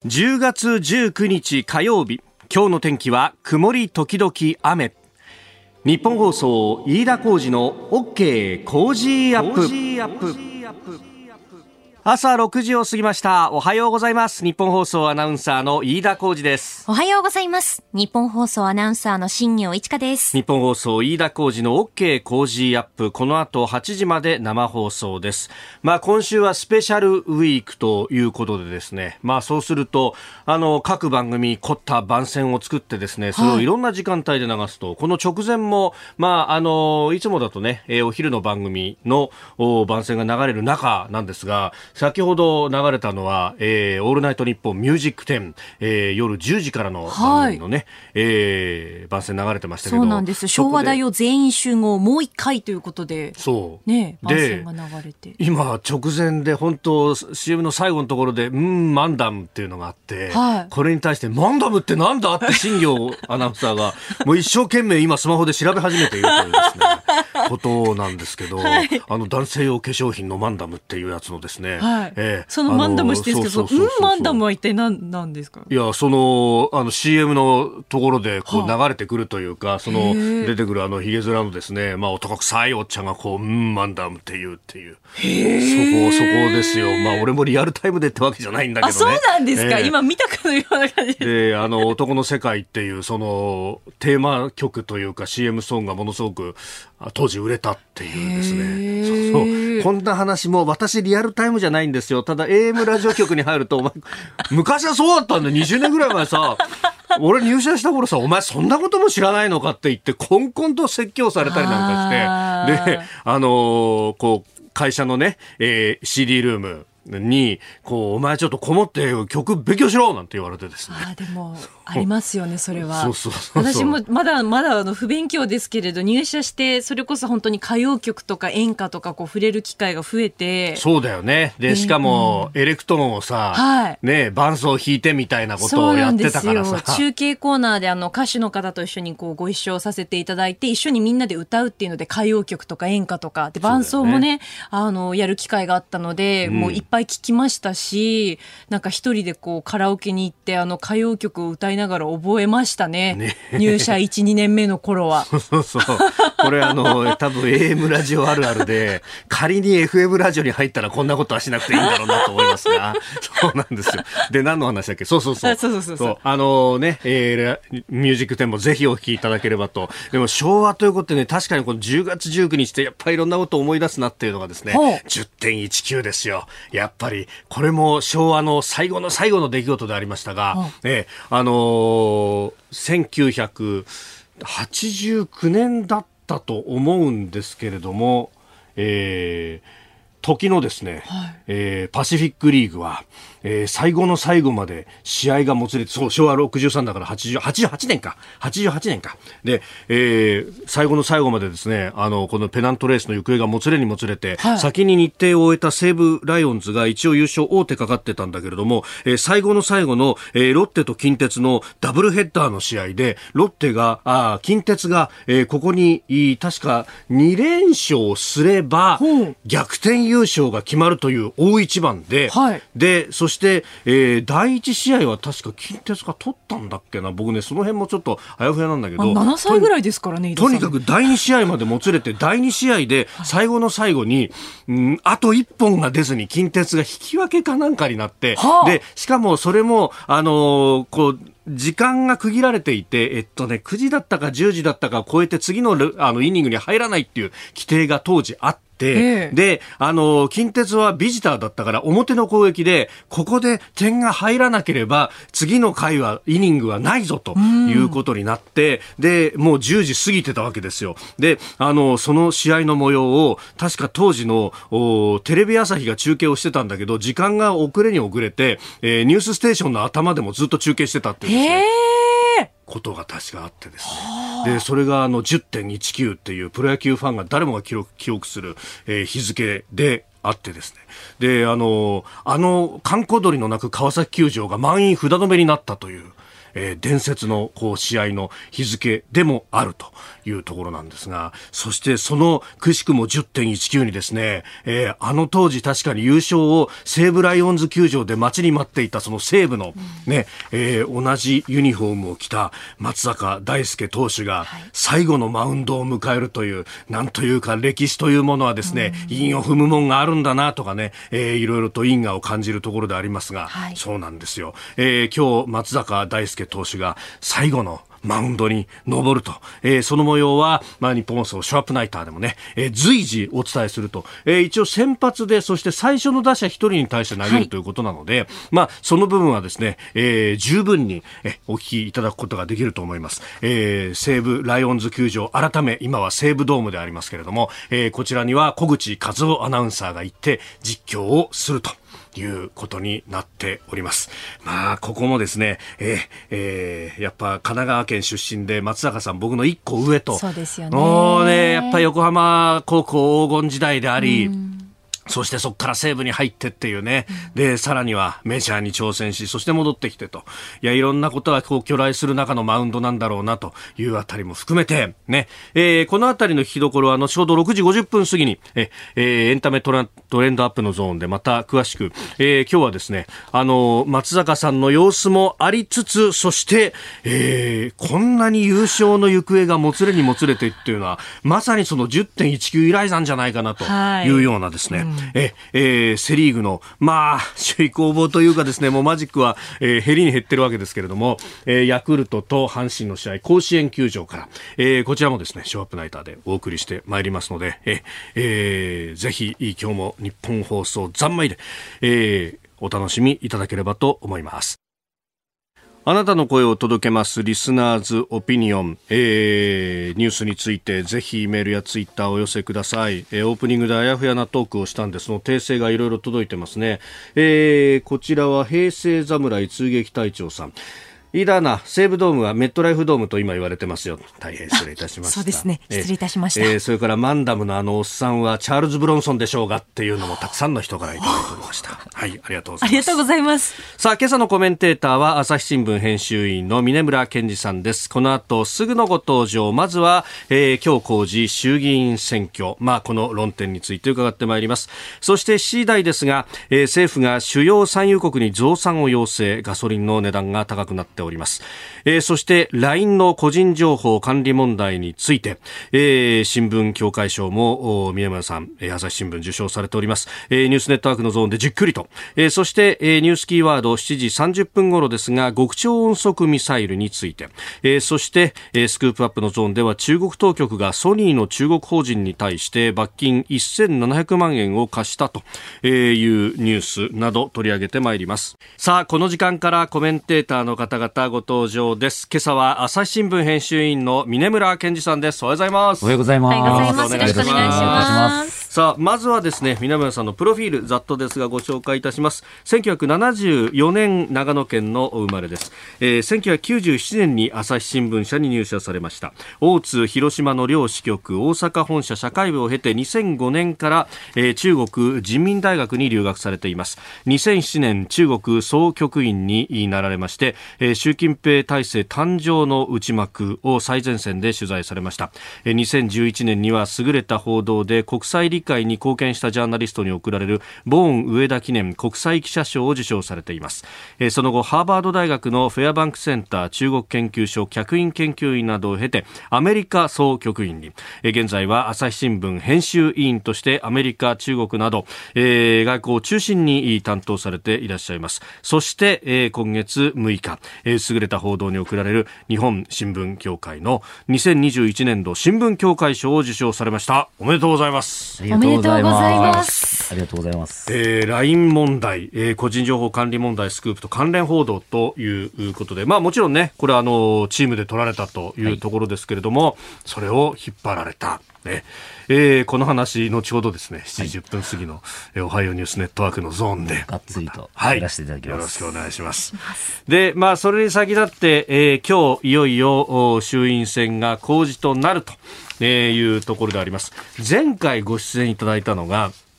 10月19日火曜日、今日の天気は曇り時々雨。日本放送飯田浩司の OK 工事アップ。朝6時を過ぎました。おはようございます。日本放送アナウンサーの飯田浩司です。 おはようございます。日本放送アナウンサーの新業一華です。 日本放送飯田浩司の OK 工事アップ、この後8時まで生放送です。今週はスペシャルウィークということでですね、そうすると各番組凝った番宣を作ってですね、それをいろんな時間帯で流すと、この直前もいつもだとね、お昼の番組の番宣が流れる中なんですが、先ほど流れたのは、オールナイトニッポンミュージック10、夜10時からの番組のね、番宣流れてましたけど、 そうなんです。昭和だよ全員集合もう一回ということで、 そうね、番宣が流れて、 今直前で本当 CM の最後のところでマンダムっていうのがあって、これに対してマンダムってなんだって新業アナウンサーがもう一生懸命今スマホで調べ始めているというですねことなんですけど、男性用化粧品のマンダムっていうやつのですね、 そのマンダムしてるんですけど、マンダムは一体何なんですか？ いや、CM のところでこう流れてくるというか、出てくるヒゲ面のですね、男臭いおっちゃんがマンダムっていうそこですよ。俺もリアルタイムでってわけじゃないんだけどね。 そうなんですか。今見たかのような感じで、男の世界っていうそのテーマ曲というか CM ソングがものすごく当時売れたっていうですね。こんな話も私リアルタイムじゃないんですよ。ただ AM ラジオ局に入ると昔はそうだったんだよ。20年ぐらい前さ俺入社した頃さ、お前そんなことも知らないのかって言ってコンコンと説教されたりなんかして、でこう会社のね、CD ルームにお前ちょっとこもって曲勉強しろなんて言われてですね。 でもありますよね、それは。 そう私もまだ不勉強ですけれど、入社してそれこそ本当に歌謡曲とか演歌とか触れる機会が増えて。 そうだよね。でしかもエレクトーンをさ、ね、伴奏弾いてみたいなことをやってたからさ。そうなんですよ。中継コーナーで歌手の方と一緒にご一緒させていただいて、一緒にみんなで歌うっていうので、歌謡曲とか演歌とかで伴奏もね、やる機会があったので、もういっぱい聞きましたし、なんか一人でカラオケに行って歌謡曲を歌いながら覚えましたね。入社 1,2 年目の頃は。 そうこれ多分 AM ラジオあるあるで、仮に FM ラジオに入ったらこんなことはしなくていいんだろうなと思いますがそうなんですよ。で、何の話だっけ？そうね、ミュージック10もぜひお聞きいただければと。でも昭和ということでね、確かにこの10月19日ってやっぱりいろんなことを思い出すなっていうのがですね、10.19 ですよ。やっぱりこれも昭和の最後の最後の出来事でありましたが、1989年だったと思うんですけれども、時のですね、パシフィックリーグは、最後の最後まで試合がもつれて、昭和63だから88年か。で、最後の最後までですね、このペナントレースの行方がもつれにもつれて、先に日程を終えた西武ライオンズが一応優勝王手かかってたんだけれども、最後の最後の、ロッテと近鉄のダブルヘッダーの試合で、近鉄が、ここに確か2連勝すれば、逆転優勝が決まるという大一番で、で、そして、第一試合は確か近鉄が取ったんだっけな。僕ね、その辺もちょっとあやふやなんだけど、 7歳ぐらいですからね。 とにかく第2試合までもつれて、第2試合で最後の最後に、あと1本が出ずに近鉄が引き分けかなんかになって、で、しかもそれも時間が区切られていて、9時だったか10時だったかを超えて次のイニングに入らないっていう規定が当時あって、で、近鉄はビジターだったから表の攻撃で、ここで点が入らなければ次の回はイニングはないぞということになって、で、もう10時過ぎてたわけですよ。で、その試合の模様を確か当時のテレビ朝日が中継をしてたんだけど、時間が遅れに遅れて、ニュースステーションの頭でもずっと中継してたっていうですね、ことが確かあってですね。で、それが10.19 っていうプロ野球ファンが誰もが記憶する、日付であってですね。で、閑古鳥の鳴く川崎球場が満員札止めになったという、 伝説の試合の日付でもあるというところなんですが、そしてそのくしくも 10.19 にですね、あの当時確かに優勝を西武ライオンズ球場で待ちに待っていたその西武の、ね同じユニフォームを着た松坂大輔投手が最後のマウンドを迎えるという、なんというか歴史というものはですね、韻を踏むもんがあるんだなとかね、いろいろと因果を感じるところでありますが、そうなんですよ。今日松坂大輔投手が最後のマウンドに登ると、その模様は、日本放送ショーアップナイターでもね、随時お伝えすると、一応先発で、そして最初の打者一人に対して投げるということなので、その部分はですね、十分にお聞きいただくことができると思います。西武ライオンズ球場、改め今は西武ドームでありますけれども、こちらには小口和夫アナウンサーが行って実況をするということになっております。ここもですね、やっぱ神奈川県出身で松坂さん僕の1個上と、 そうですよね。 やっぱり横浜高校黄金時代であり、そしてそこから西武に入ってっていうね、でさらにはメジャーに挑戦し、そして戻ってきてと、いろんなことが巨来する中のマウンドなんだろうなというあたりも含めてね、このあたりの聞きどころは後ほど6時50分過ぎにエンタメトレンドアップのゾーンでまた詳しく、今日はですね松坂さんの様子もありつつ、そして、こんなに優勝の行方がもつれにもつれてっていうのはまさにその 10.19 以来なんじゃないかなというようなですね、セリーグの首位攻防というかですね、もうマジックは、減りに減ってるわけですけれども、ヤクルトと阪神の試合、甲子園球場から、こちらもですねショーアップナイターでお送りしてまいりますので、ぜひ今日も日本放送三昧で、お楽しみいただければと思います。あなたの声を届けますリスナーズオピニオン、ニュースについてぜひメールやツイッターをお寄せください。オープニングであやふやなトークをしたんで、その訂正がいろいろ届いてますね。こちらは平成侍通撃隊長さん。いいだな、西武ドームはメットライフドームと今言われてますよ。大変失礼いたしました。 そうですね、失礼いたしました。 それからマンダムのおっさんはチャールズ・ブロンソンでしょうがっていうのもたくさんの人からいただいておりました。はい、ありがとうございます。 ありがとうございます。 さあ、今朝のコメンテーターは朝日新聞編集員の峰村健二さんです。この後すぐのご登場。まずは、今日公示衆議院選挙、この論点について伺ってまいります。そして7時台ですが、政府が主要産油国に増産を要請、ガソリンの値段が高くなっております。そして LINE の個人情報管理問題について、新聞協会賞も宮村さん、朝日新聞受賞されております。ニュースネットワークのゾーンでじっくりと、そして、ニュースキーワード7時30分頃ですが、極超音速ミサイルについて、そして、スクープアップのゾーンでは中国当局がソニーの中国法人に対して罰金1700万円を課したというニュースなど取り上げてまいります。さあ、この時間からコメンテーターの方々ご登場です。今朝は朝日新聞編集員の峰村健二さんです。おはようございます。 おはようございます。 おはようございます。よろしくお願いします。 さあ、まずはですね、峰村さんのプロフィールざっとですがご紹介いたします。1974年長野県のお生まれです。1997年に朝日新聞社に入社されました。大津広島の両支局、大阪本社社会部を経て2005年から、中国人民大学に留学されています。2007年中国総局員になられまして、習近平体制誕生の内幕を最前線で取材されました。2011年には優れた報道で国際理解に貢献したジャーナリストに贈られるボーン上田記念国際記者賞を受賞されています。その後ハーバード大学のフェアバンクセンター中国研究所客員研究員などを経てアメリカ総局員に、現在は朝日新聞編集委員としてアメリカ中国など、外交を中心に担当されていらっしゃいます。そして、今月6日、優れた報道に贈られる日本新聞協会の2021年度新聞協会賞を受賞されました。おめでとうございます。 ありがとうございます。ありがとうございます。 LINE 問題、個人情報管理問題スクープと関連報道ということで、もちろんね、これはチームで取られたというところですけれども、それを引っ張られた。この話後ほどですね7時10分過ぎの、おはようニュースネットワークのゾーンでがっつりとやらせていただきます。 よろしくお願いします。で、それに先立って、今日いよいよ衆院選が公示となるというところであります。前回ご出演いただいたのが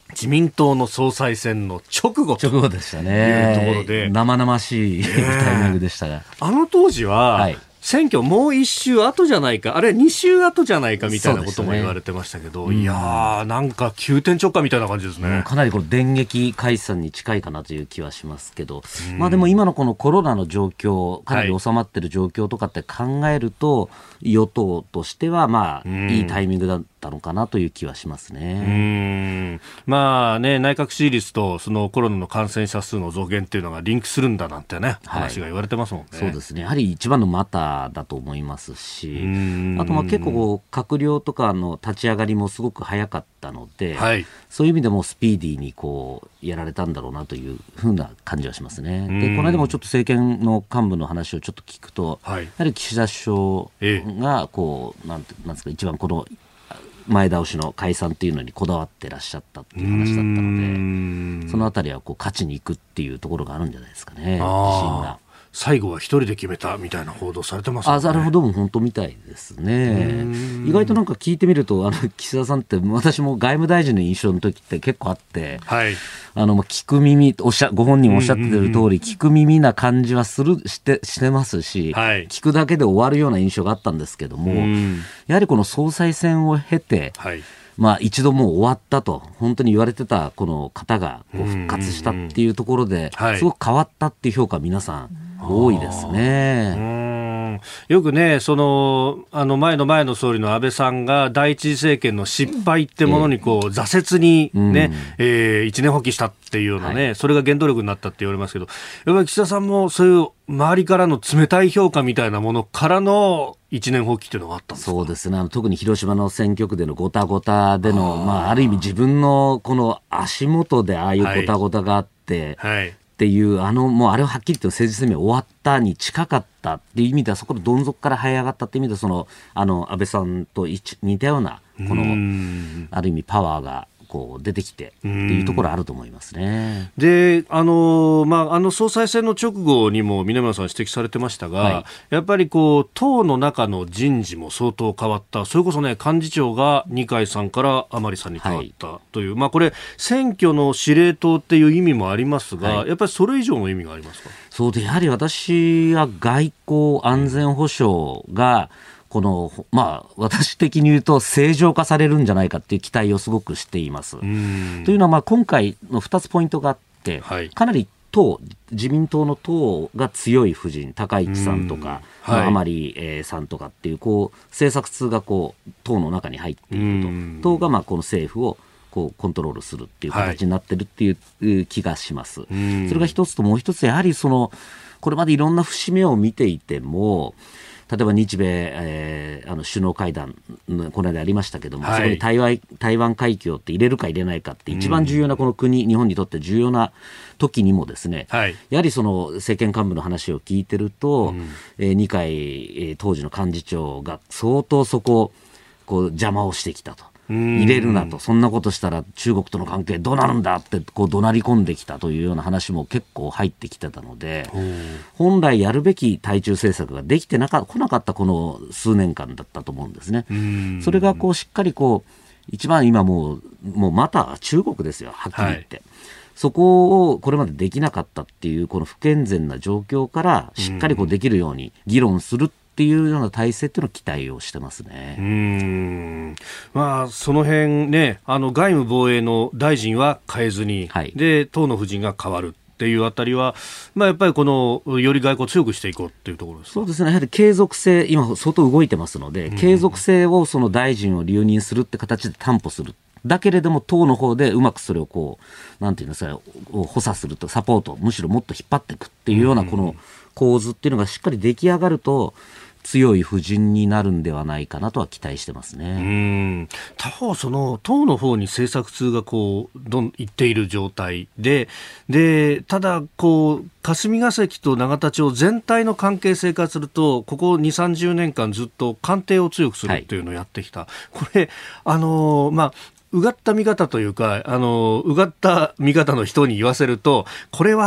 自民党の総裁選の直後とでしたね。 いうところで生々しいタイミングでしたが、 あの当時は、 はい、 選挙もう1週後じゃないか、あれ2週後じゃないかみたいなことも言われてましたけど、いやーなんか急転直下みたいな感じですね。 かなりこの電撃解散に近いかなという気はしますけど、まあでも今のこのコロナの状況、かなり収まってる状況とかって考えると、与党としてはまあいいタイミングだったのかなという気はしますね。 まあね、内閣支持率とそのコロナの感染者数の増減っていうのがリンクするんだなんてね、話が言われてますもんね。 そうですね。やはり一番のマターだと思いますし、あとまあ結構閣僚とかの立ち上がりもすごく早かったので、はい、そういう意味でもスピーディーにこうやられたんだろうなというふうな感じはしますね。で、この間もちょっと政権の幹部の話をちょっと聞くと、やはり岸田首相がこうなんですか、一番この前倒しの解散っていうのにこだわってらっしゃったっていう話だったので、そのあたりはこう勝ちに行くっていうところがあるんじゃないですかね。自信が。 最後は一人で決めたみたいな報道されてますね。 なるほど、も本当みたいですね。意外となんか聞いてみると、岸田さんって私も外務大臣の印象の時って結構あって、はい、聞く耳ご本人もおっしゃってる通り、聞く耳な感じはしてますし、はい、聞くだけで終わるような印象があったんですけども、やはりこの総裁選を経て、はい、まあ一度もう終わったと本当に言われてたこの方がこう復活したっていうところで、すごく変わったっていう評価皆さん多いですね。 よくね、前の総理の安倍さんが第一次政権の失敗ってものにこう挫折にね、一年放棄したっていうようなね、はい、それが原動力になったって言われますけど、やっぱり岸田さんもそういう周りからの冷たい評価みたいなものからの一年放棄っていうのがあったんですか？ そうですね。特に広島の選挙区でのごたごたでの、ある意味自分のこの足元でああいうごたごたがあって、はい、っていうもうあれをはっきりと政治生命終わったに近かったっていう意味では、そこでどん底から這い上がったっていう意味では、安倍さんと似たようなこのある意味パワーがこう出てきてっていうところあると思いますね。 で、総裁選の直後にも南村さん指摘されてましたが、はい、やっぱりこう党の中の人事も相当変わった。それこそね、幹事長が二階さんから甘利さんに変わったという、これ選挙の司令塔っていう意味もありますが、はい、やっぱりそれ以上の意味がありますか？ そうで、やはり私は外交安全保障が私的に言うと正常化されるんじゃないかっていう期待をすごくしています。というのは、今回の2つポイントがあって、はい、かなり自民党の党が強い布陣、高市さんとか、甘利さんとかっていう、政策通が党の中に入っていると、党がこの政府をコントロールするっていう形になってるっていう気がします。それが一つと、もう一つやはりこれまでいろんな節目を見ていても、例えば日米、首脳会談この間ありましたけども、はい、そこに台湾海峡って入れるか入れないかって一番重要なこの国、日本にとって重要な時にもですね、はい、やはり政権幹部の話を聞いてると、二階当時の幹事長が相当そこを邪魔をしてきたと。入れるなと、そんなことしたら中国との関係どうなるんだって怒鳴り込んできたというような話も結構入ってきてたので、本来やるべき対中政策ができてこなかったこの数年間だったと思うんですね。それがしっかり一番今もうまた中国ですよ、はっきり言って、はい、そこをこれまでできなかったっていうこの不健全な状況からしっかりできるように議論するっていうような体制っていうのを期待をしてますね。 その辺ね、外務防衛の大臣は変えずに、はい、で党の布陣が変わるっていうあたりは、やっぱりより外交を強くしていこうっていうところですか？ そうですね。やはり継続性、今相当動いてますので、継続性を大臣を留任するって形で担保する。だけれども党の方でうまくそれをなんていうんですか、補佐すると、サポート、むしろもっと引っ張っていくっていうようなこの構図っていうのがしっかり出来上がると、強い布陣になるんではないかなとは期待してますね。 他方、党の方に政策通がいっている状態で、ただ霞が関と永田町全体の関係性からすると、ここ2、30年間ずっと官邸を強くするっていうのをやってきた。はい、これうがった見方というか、うがった見方の人に言わせると、これは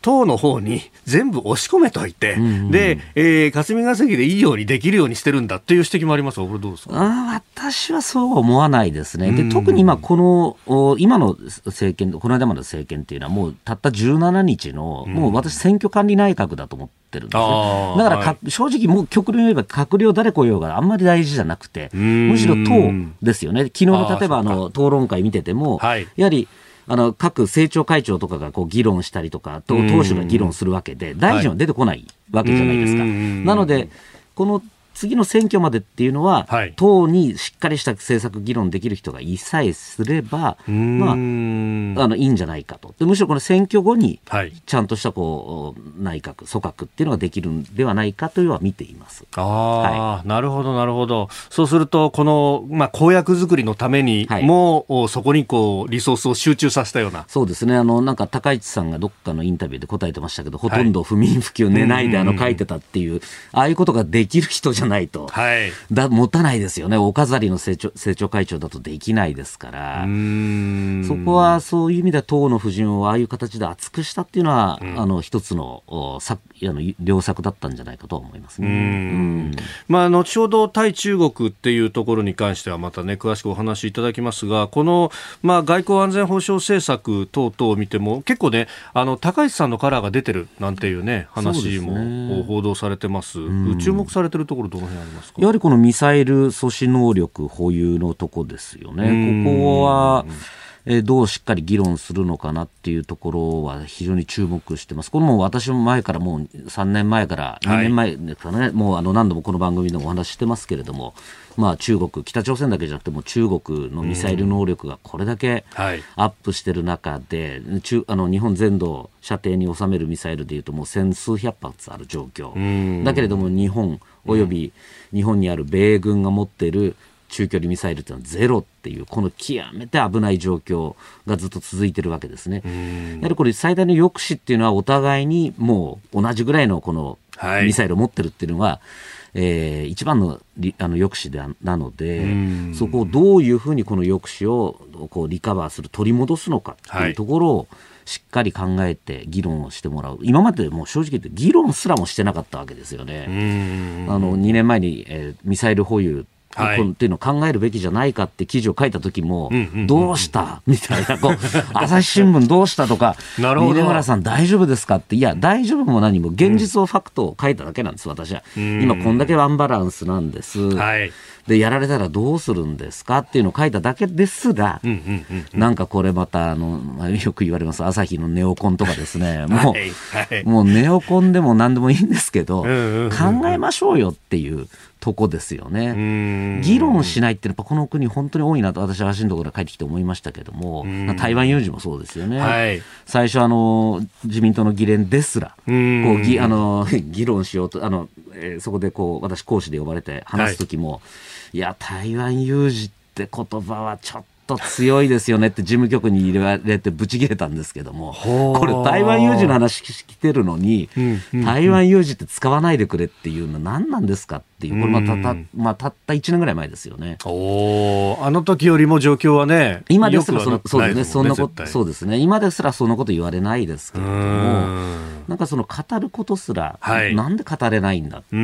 党の方に全部押し込めといて、で、霞が関でいいようにできるようにしてるんだっていう指摘もありますが、これどうですか？ 私はそうは思わないですね。で、特に今の政権、この間までの政権っていうのはもうたった17日の、もう私選挙管理内閣だと思ってるんですね。だから正直もう極論言えば閣僚誰来ようがあんまり大事じゃなくて、むしろ党ですよね。昨日の例えば討論会見てても、やはり各政調会長とかがこう議論したりとか、党首が議論するわけで、大臣は出てこないわけじゃないですか。なので、この次の選挙までっていうのは、党にしっかりした政策議論できる人がいさえすれば、いいんじゃないかと。でむしろこの選挙後に、ちゃんとした内閣、組閣っていうのができるんではないかというのは見ています。 なるほど、なるほど。そうすると、この、公約作りのためにも、そこにリソースを集中させたような。 そうですね。なんか高市さんがどっかのインタビューで答えてましたけど、ほとんど不眠不休寝ないで書いてたっていう、ああいうことができる人じゃないと、持たないですよね。お飾りの政調会長だとできないですから、そこはそういう意味では党の布陣をああいう形で厚くしたっていうのは、一つの良策だったんじゃないかと思いますね。 後ほど対中国っていうところに関してはまたね、詳しくお話しいただきますが、この、外交安全保障政策等々を見ても結構ね、高市さんのカラーが出てるなんていうね、話も報道されてます。注目されてるところどの辺ありますか？ やはりこのミサイル阻止能力保有のとこですよね。ここはどうしっかり議論するのかなっていうところは非常に注目してます。これも私も前からもう3年前から2年前ですかね、もう何度もこの番組でもお話ししてますけれども、中国、北朝鮮だけじゃなくても中国のミサイル能力がこれだけアップしてる中で、日本全土射程に収めるミサイルでいうともう千数百発ある状況だけれども、日本および日本にある米軍が持っている中距離ミサイルというのはゼロっていう、この極めて危ない状況がずっと続いているわけですね。やはりこれ最大の抑止っていうのは、お互いにもう同じぐらいのこのミサイルを持ってるっていうのが、一番の抑止なので、そこをどういうふうにこの抑止をリカバーする、取り戻すのかっていうところをしっかり考えて議論をしてもらう。今までもう正直言って議論すらもしてなかったわけですよね。2年前に、ミサイル保有っていうのを考えるべきじゃないかって記事を書いた時も、どうしたみたいな、朝日新聞どうしたとか、峯村さん大丈夫ですかって、いや大丈夫も何も現実をファクトを書いただけなんです。私は今こんだけアンバランスなんです、でやられたらどうするんですかっていうのを書いただけですが、なんかこれまたよく言われます朝日のネオコンとかですね、もうネオコンでも何でもいいんですけど、考えましょうよっていうとこですよね。議論しないってやっぱこの国本当に多いなと私は足のところから帰ってきて思いましたけども、台湾有事もそうですよね。最初自民党の議連ですら議論しようとそこで私講師で呼ばれて話す時も、いや台湾有事って言葉はちょっと強いですよねって事務局に入れられてブチ切れたんですけども、これ台湾有事の話来てるのに、台湾有事って使わないでくれっていうのは何なんですかっていう、これたった1年ぐらい前ですよね。 あの時よりも状況はね、 今ですらそうですね、そんなことそうですね、今ですらそんなこと言われないですけれども、なんか語ることすら、なんで語れないんだっていう、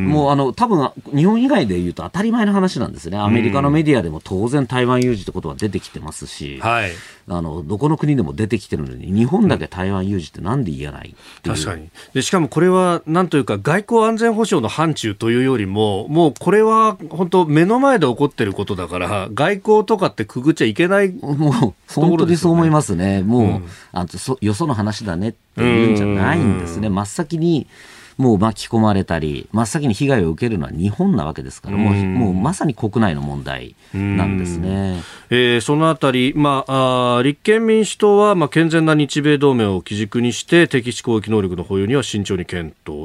もう多分日本以外で言うと当たり前の話なんですね。アメリカのメディアでも当然台湾有事ってことは出てきてますし、どこの国でも出てきてるのに、日本だけ台湾有事ってなんで言えないっていう。 確かに。でしかもこれはなんというか外交安全保障の範疇というよりも、もうこれは本当目の前で起こってることだから、外交とかってくぐっちゃいけない、 もう本当にそう思いますね。もう、よその話だねっていうんじゃないんですね。真っ先にもう巻き込まれたり、真っ先に被害を受けるのは日本なわけですから、もうまさに国内の問題なんですね。 そのあたり、立憲民主党は、健全な日米同盟を基軸にして敵基地攻撃能力の保有には慎重に検討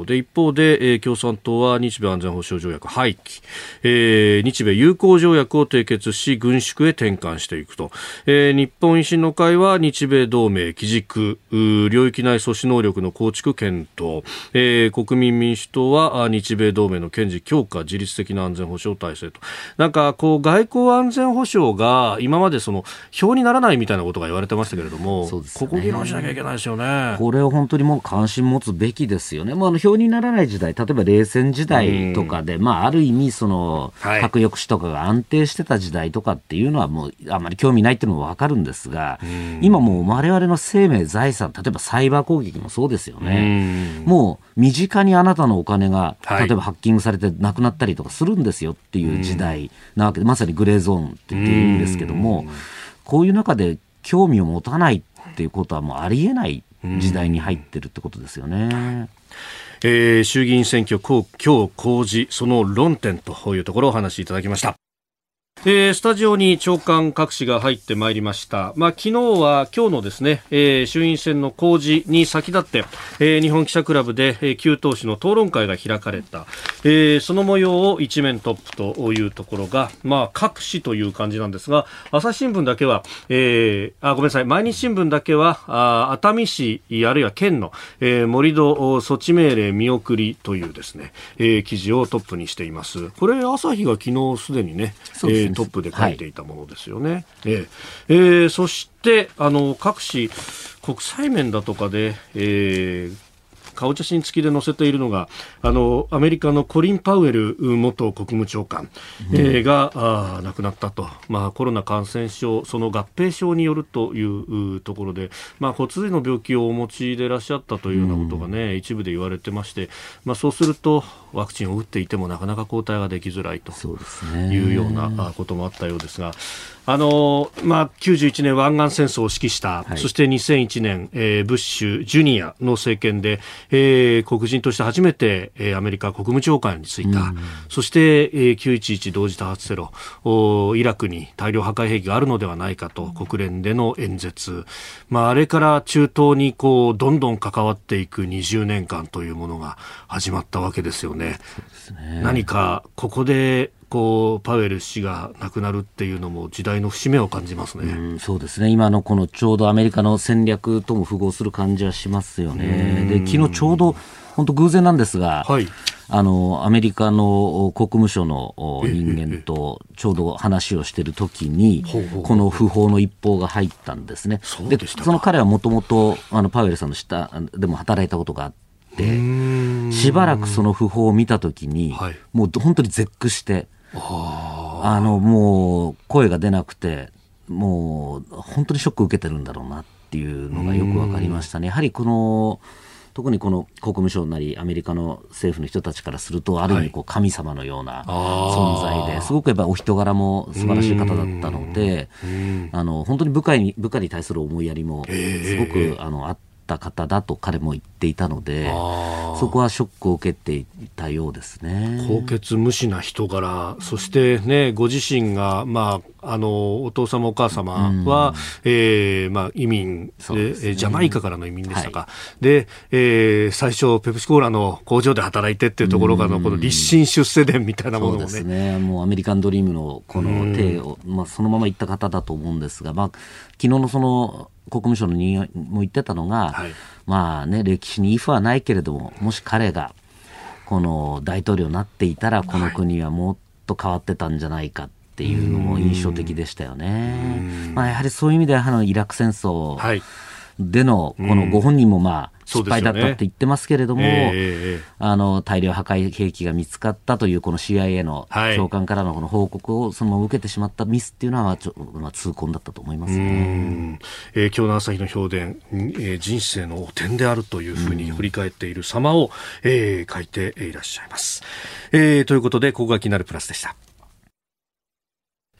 とで、一方で、共産党は日米安全保障条約廃棄、日米友好条約を締結し軍縮へ転換していくと、日本維新の会は日米同盟基軸、領域内阻止能力の構築検討、国民民主党は日米同盟の堅持強化、自律的な安全保障体制と、なんかこう外交安全保障が今までその表にならないみたいなことが言われてましたけれども、 そうですね、 ここ議論しなきゃいけないですよね。 これを本当にもう関心持つべきですよね。もう表にならない時代、例えば冷戦時代とかで、ある意味その核抑止とかが安定してた時代とかっていうのはもうあまり興味ないっていうのも分かるんですが、今もう我々の生命財産、例えばサイバー攻撃もそうですよね。もう身近にあなたのお金が例えばハッキングされてなくなったりとかするんですよっていう時代なわけで、まさにグレーゾーンって言っているんですけども、こういう中で興味を持たないっていうことはもうありえない時代に入ってるってことですよね。 衆議院選挙今日公示、その論点というところをお話しいただきました。スタジオに長官各紙が入ってまいりました。昨日は今日のですね、衆院選の公示に先立って、日本記者クラブで、旧党首の討論会が開かれた、その模様を一面トップというところが、各紙という感じなんですが、朝日新聞だけは、ごめんなさい、毎日新聞だけは熱海市あるいは県の、盛り土措置命令見送りというですね、記事をトップにしています。これ朝日が昨日すでにね、トップで書いていたものですよね。そして各紙国際面だとかで、顔写真付きで載せているのがアメリカのコリン・パウエル元国務長官、が亡くなったと、コロナ感染症、その合併症によるというところで、骨髄の病気をお持ちでいらっしゃったというようなことがね、一部で言われてまして、そうするとワクチンを打っていてもなかなか抗体ができづらいというようなこともあったようですが、91年湾岸戦争を指揮した、そして2001年、ブッシュジュニアの政権で、黒人として初めて、アメリカ国務長官に就いた、そして、911同時多発テロ、イラクに大量破壊兵器があるのではないかと国連での演説、あれから中東にどんどん関わっていく20年間というものが始まったわけですよね。そうですね。何かここでパウエル氏が亡くなるっていうのも時代の節目を感じますね。 そうですね。今のこのちょうどアメリカの戦略とも符合する感じはしますよね。で、昨日ちょうど本当偶然なんですが、アメリカの国務省の人間とちょうど話をしているときに、この訃報の一報が入ったんですね。で、その彼はもともとパウエルさんの下でも働いたことがあって、しばらくその訃報を見たときに、もう本当に絶句して、もう声が出なくて、もう本当にショックを受けてるんだろうなっていうのがよくわかりましたね。やはり特にこの国務省なりアメリカの政府の人たちからすると、ある意味神様のような存在で、すごくやっぱりお人柄も素晴らしい方だったので、本当に部下に対する思いやりもすごくあった方だと彼も言っていたので、そこはショックを受けていたようですね。 高潔無私な人柄、そしてね、ご自身がお父様お母様は、移民で、ジャマイカからの移民でしたか。で、最初ペプシコーラの工場で働いてっていうところからのこの立身出世伝みたいなものもね。 そうですね。もうアメリカンドリームのこの体を、そのまま言った方だと思うんですが、昨日のその国務省の人間も言ってたのが、歴史にイフはないけれども、もし彼がこの大統領になっていたら、この国はもっと変わってたんじゃないかっていうのも印象的でしたよね。やはりそういう意味ではイラク戦争でのこのご本人も失敗だったって言ってますけれども、大量破壊兵器が見つかったというこの CIA の長官からのこの報告をそのまま受けてしまったミスっていうのは痛恨だったと思いますね。 今日の朝日の評伝、人生の汚点であるというふうに振り返っている様を、書いていらっしゃいます。ということで、ここが気になるプラスでした。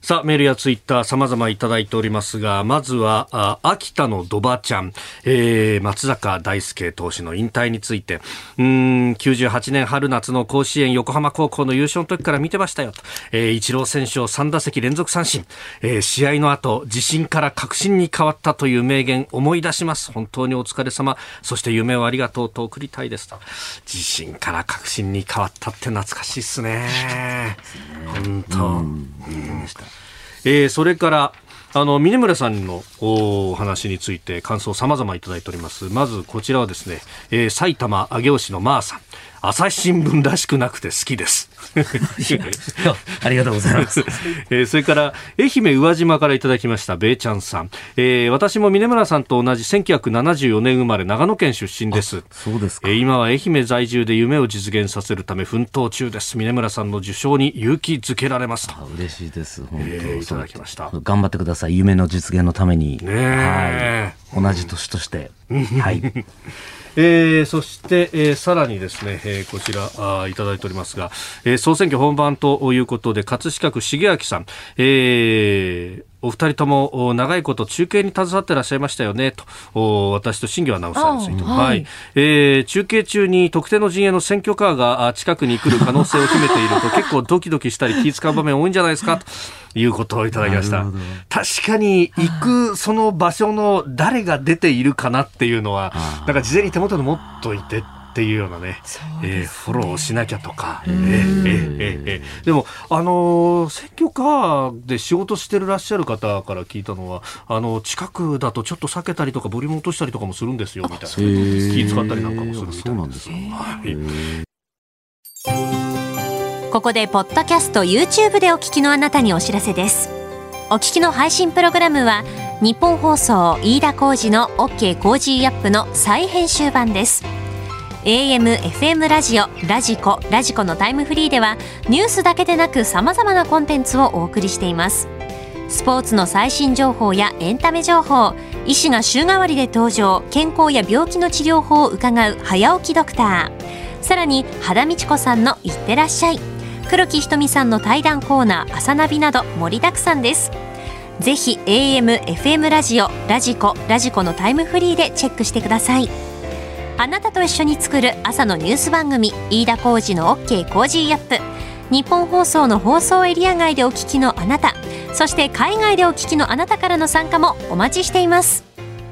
さあ、メールやツイッター様々いただいておりますが、まずは、秋田のドバちゃん、松坂大輔投手の引退について、98年春夏の甲子園横浜高校の優勝の時から見てましたよと、イチロー選手を3打席連続三振、試合の後、自信から確信に変わったという名言思い出します。本当にお疲れ様。そして夢をありがとうと送りたいですと。自信から確信に変わったって懐かしいっすね。本当。でした。それから峰村さんのお話について感想様々いただいております。まずこちらはですね、埼玉上尾市のまーさん、朝日新聞らしくなくて好きですありがとうございます、 それから愛媛宇和島からいただきましたべーちゃんさん、私も峰村さんと同じ1974年生まれ長野県出身です。 そうですか。 今は愛媛在住で夢を実現させるため奮闘中です。峰村さんの受賞に勇気づけられますと。 嬉しいです。本当、 いただきました。 頑張ってください。夢の実現のために、 ね、 はい、同じ年として、はいそして、さらにですね、こちらいただいておりますが、総選挙本番ということで葛飾区重明さん、お二人とも長いこと中継に携わってらっしゃいましたよねと。私と新業アナウンサーについて、はい中継中に特定の陣営の選挙カーが近くに来る可能性を秘めていると結構ドキドキしたり気使う場面多いんじゃないですかということをいただきました。確かに行くその場所の誰が出ているかなっていうのはなんか事前に手元に持っといてっていうようなね、フォローしなきゃとか、でも選挙カーで仕事してるらっしゃる方から聞いたのは近くだとちょっと避けたりとかボリューム落としたりとかもするんですよみたいな、気使ったりなんかもするみたいな。そうなんですか。 ここでポッドキャスト YouTube でお聞きのあなたにお知らせです。お聞きの配信プログラムは日本放送飯田浩司の OK コージーアップの再編集版です。AM、FM ラジオ、ラジコのタイムフリーではニュースだけでなく様々なコンテンツをお送りしています。スポーツの最新情報やエンタメ情報、医師が週替わりで登場、健康や病気の治療法を伺う早起きドクター、さらに羽田美智子さんのいってらっしゃい、黒木ひとみさんの対談コーナー朝ナビなど盛りだくさんです。ぜひ AM、FM ラジオ、ラジコのタイムフリーでチェックしてください。あなたと一緒に作る朝のニュース番組飯田浩司の OK コージーアップ。日本放送の放送エリア外でお聞きのあなた、そして海外でお聞きのあなたからの参加もお待ちしています。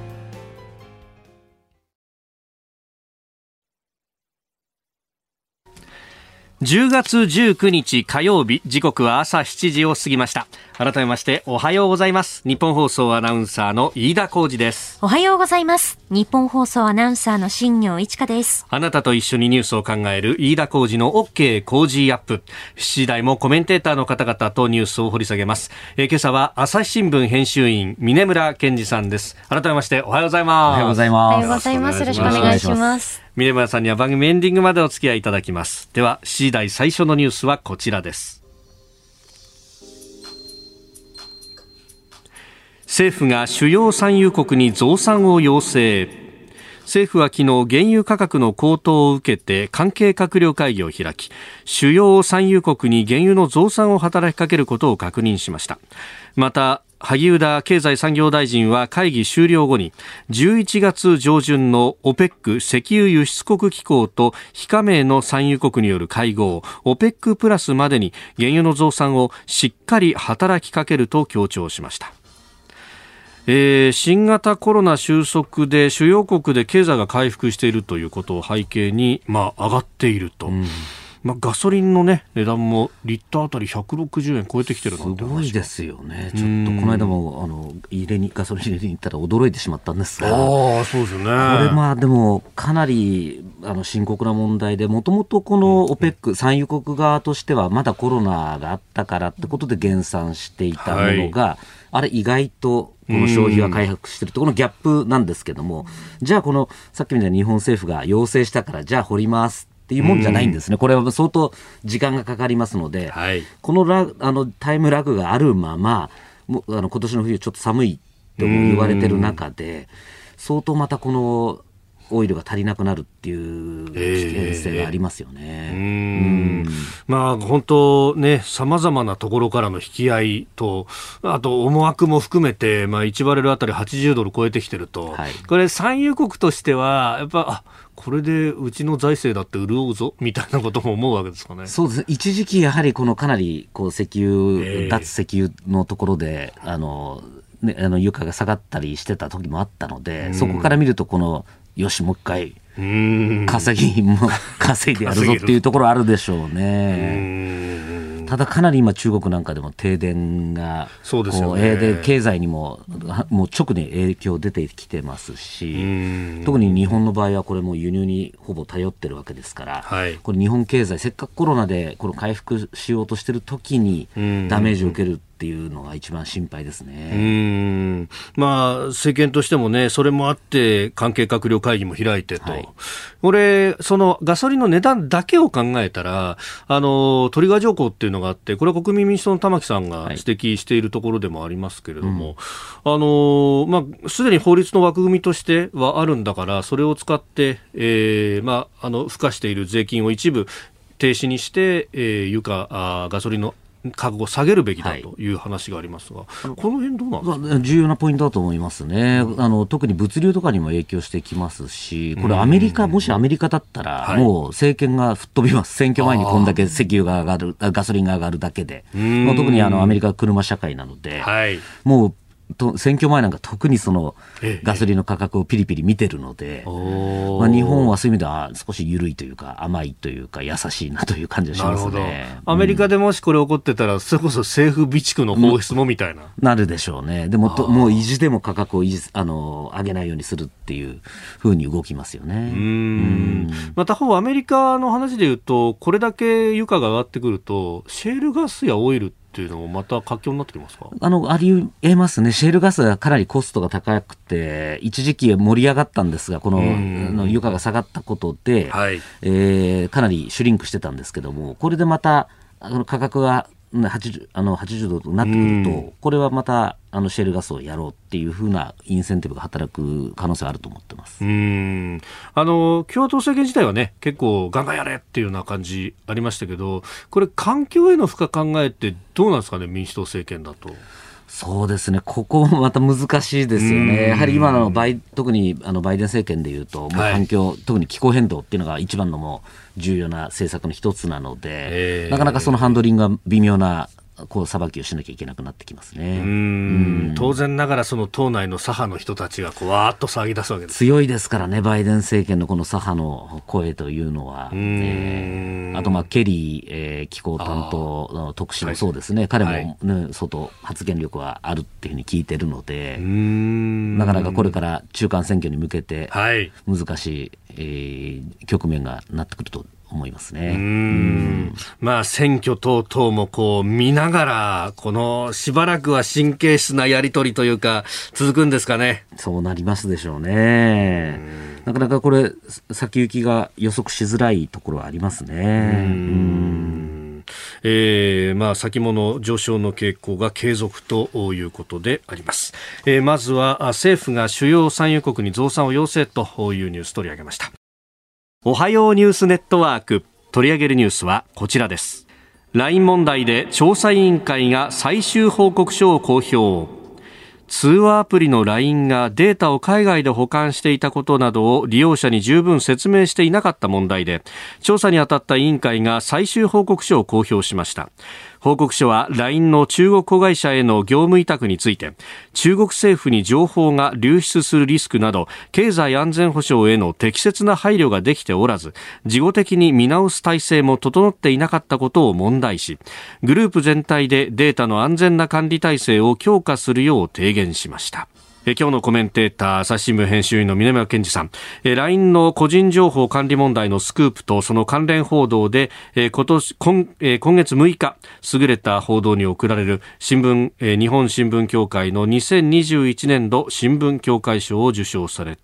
10月19日火曜日、時刻は朝7時を過ぎました。改めましておはようございます。日本放送アナウンサーの飯田浩司です。 おはようございます。日本放送アナウンサーの新業一華です。 あなたと一緒にニュースを考える飯田浩司の OK コージーアップ。7時台もコメンテーターの方々とニュースを掘り下げます。今朝は朝日新聞編集員峰村健二さんです。改めましておはようございます。 おはようございます。 おはようございます。よろしくお願いします。 峰村さんには番組エンディングまでお付き合いいただきます。では7時台最初のニュースはこちらです。政府が主要産油国に増産を要請。政府は昨日原油価格の高騰を受けて関係閣僚会議を開き、主要産油国に原油の増産を働きかけることを確認しました。また萩生田経済産業大臣は会議終了後に11月上旬の OPEC 石油輸出国機構と非加盟の産油国による会合 OPEC プラスまでに原油の増産をしっかり働きかけると強調しました。新型コロナ収束で主要国で経済が回復しているということを背景に、上がっていると、ガソリンの、値段もリッターあたり160円超えてきてるなんて。 すごいですよね。ちょっとこの間もガソリン入れに行ったら驚いてしまったんですが、 そうですよね。 これでもかなり深刻な問題で、もともとこの OPEC 産油国側としてはまだコロナがあったからってことで減産していたものが、あれ意外とこの消費が回復していると、このギャップなんですけども、じゃあこのさっきみたいに日本政府が要請したからじゃあ掘りますっていうもんじゃないんですね。これは相当時間がかかりますので、このタイムラグがあるまま今年の冬ちょっと寒いとも言われてる中で、相当またこのオイルが足りなくなるっていう危険性がありますよね。 まあ、本当ね、様々なところからの引き合いと、あと思惑も含めて、まあ、1バレルあたり80ドル超えてきてると、はい、これ産油国としてはやっぱこれでうちの財政だって潤うぞみたいなことも思うわけですかね。 そうです。一時期やはりこのかなりこう石油、脱石油のところでね、油価が下がったりしてた時もあったので、そこから見るとよしもう一回稼いでやるぞっていうところあるでしょうね。ただかなり今中国なんかでも停電がそうですよね。 で経済にもう直に影響出てきてますし、特に日本の場合はこれも輸入にほぼ頼ってるわけですから、はい、これ日本経済せっかくコロナでこの回復しようとしてる時にダメージを受けるっていうのが一番心配ですね。 まあ、政権としてもね、それもあって関係閣僚会議も開いてと、はい、これそのガソリンの値段だけを考えたらトリガー条項っていうのがあって、これは国民民主党の玉木さんが指摘しているところでもありますけれども、まあ、すでに法律の枠組みとしてはあるんだから、それを使って、まあ、付加している税金を一部停止にして、ガソリンの価格を下げるべきだという話がありますが、はい、この辺どうなんですか。 重要なポイントだと思いますね。特に物流とかにも影響してきますし、これもしアメリカだったら、もう政権が吹っ飛びます。選挙前にこんだけ石油が上がる、ガソリンが上がるだけで、もう特にアメリカは車社会なので、はい、もう選挙前なんか特にそのガソリンの価格をピリピリ見てるので、まあ、日本はそういう意味では少し緩いというか甘いというか優しいなという感じがしますね。 アメリカでもしこれ起こってたら、それこそ政府備蓄の放出もみたいな、 なるでしょうね。でももう意地でも価格を上げないようにするっていう風に動きますよね。 また他方アメリカの話でいうと、これだけ油価が上がってくるとシェールガスやオイルっていうのもまた活況になってきますか。 ありえますね。シェールガスがかなりコストが高くて一時期盛り上がったんですが、この油価が下がったことで、はい、かなりシュリンクしてたんですけども、これでまた価格が80度となってくると、これはまたシェールガスをやろうっていう風なインセンティブが働く可能性があると思ってます。 共和党政権自体はね、結構ガンガンやれっていうような感じありましたけど、これ環境への負荷考えてどうなんですかね、民主党政権だと。 そうですね、ここもまた難しいですよね。やはり今の特にバイデン政権でいうと、もう環境、特に気候変動っていうのが一番のもう重要な政策の一つなので、なかなかそのハンドリングが微妙な裁きをしなきゃいけなくなってきますね。 当然ながらその党内の左派の人たちがわーっと騒ぎ出すわけです。 強いですからね、バイデン政権のこの左派の声というのは。あとケリー、気候担当の特使もそうですね、彼も、ね、相当発言力はあるっていうふうに聞いてるので、なかなかこれから中間選挙に向けて難しい、局面がなってくると思いますね。 まあ、選挙等々も見ながら、このしばらくは神経質なやり取りというか続くんですかね。 そうなりますでしょうね。なかなかこれ先行きが予測しづらいところはありますね。 まあ、先物上昇の傾向が継続ということであります。まずは政府が主要産油国に増産を要請というニュース取り上げました。おはようニュースネットワーク、取り上げるニュースはこちらです。 LINE 問題で調査委員会が最終報告書を公表。通話アプリの LINE がデータを海外で保管していたことなどを利用者に十分説明していなかった問題で、調査に当たった委員会が最終報告書を公表しました。報告書は LINE の中国子会社への業務委託について、中国政府に情報が流出するリスクなど経済安全保障への適切な配慮ができておらず、事後的に見直す体制も整っていなかったことを問題視、グループ全体でデータの安全な管理体制を強化するよう提言しました。今日のコメンテーター、朝日新聞編集員の南山健二さん。LINE の個人情報管理問題のスクープとその関連報道で、今月6日、優れた報道に贈られる日本新聞協会の2021年度新聞協会賞を受賞されて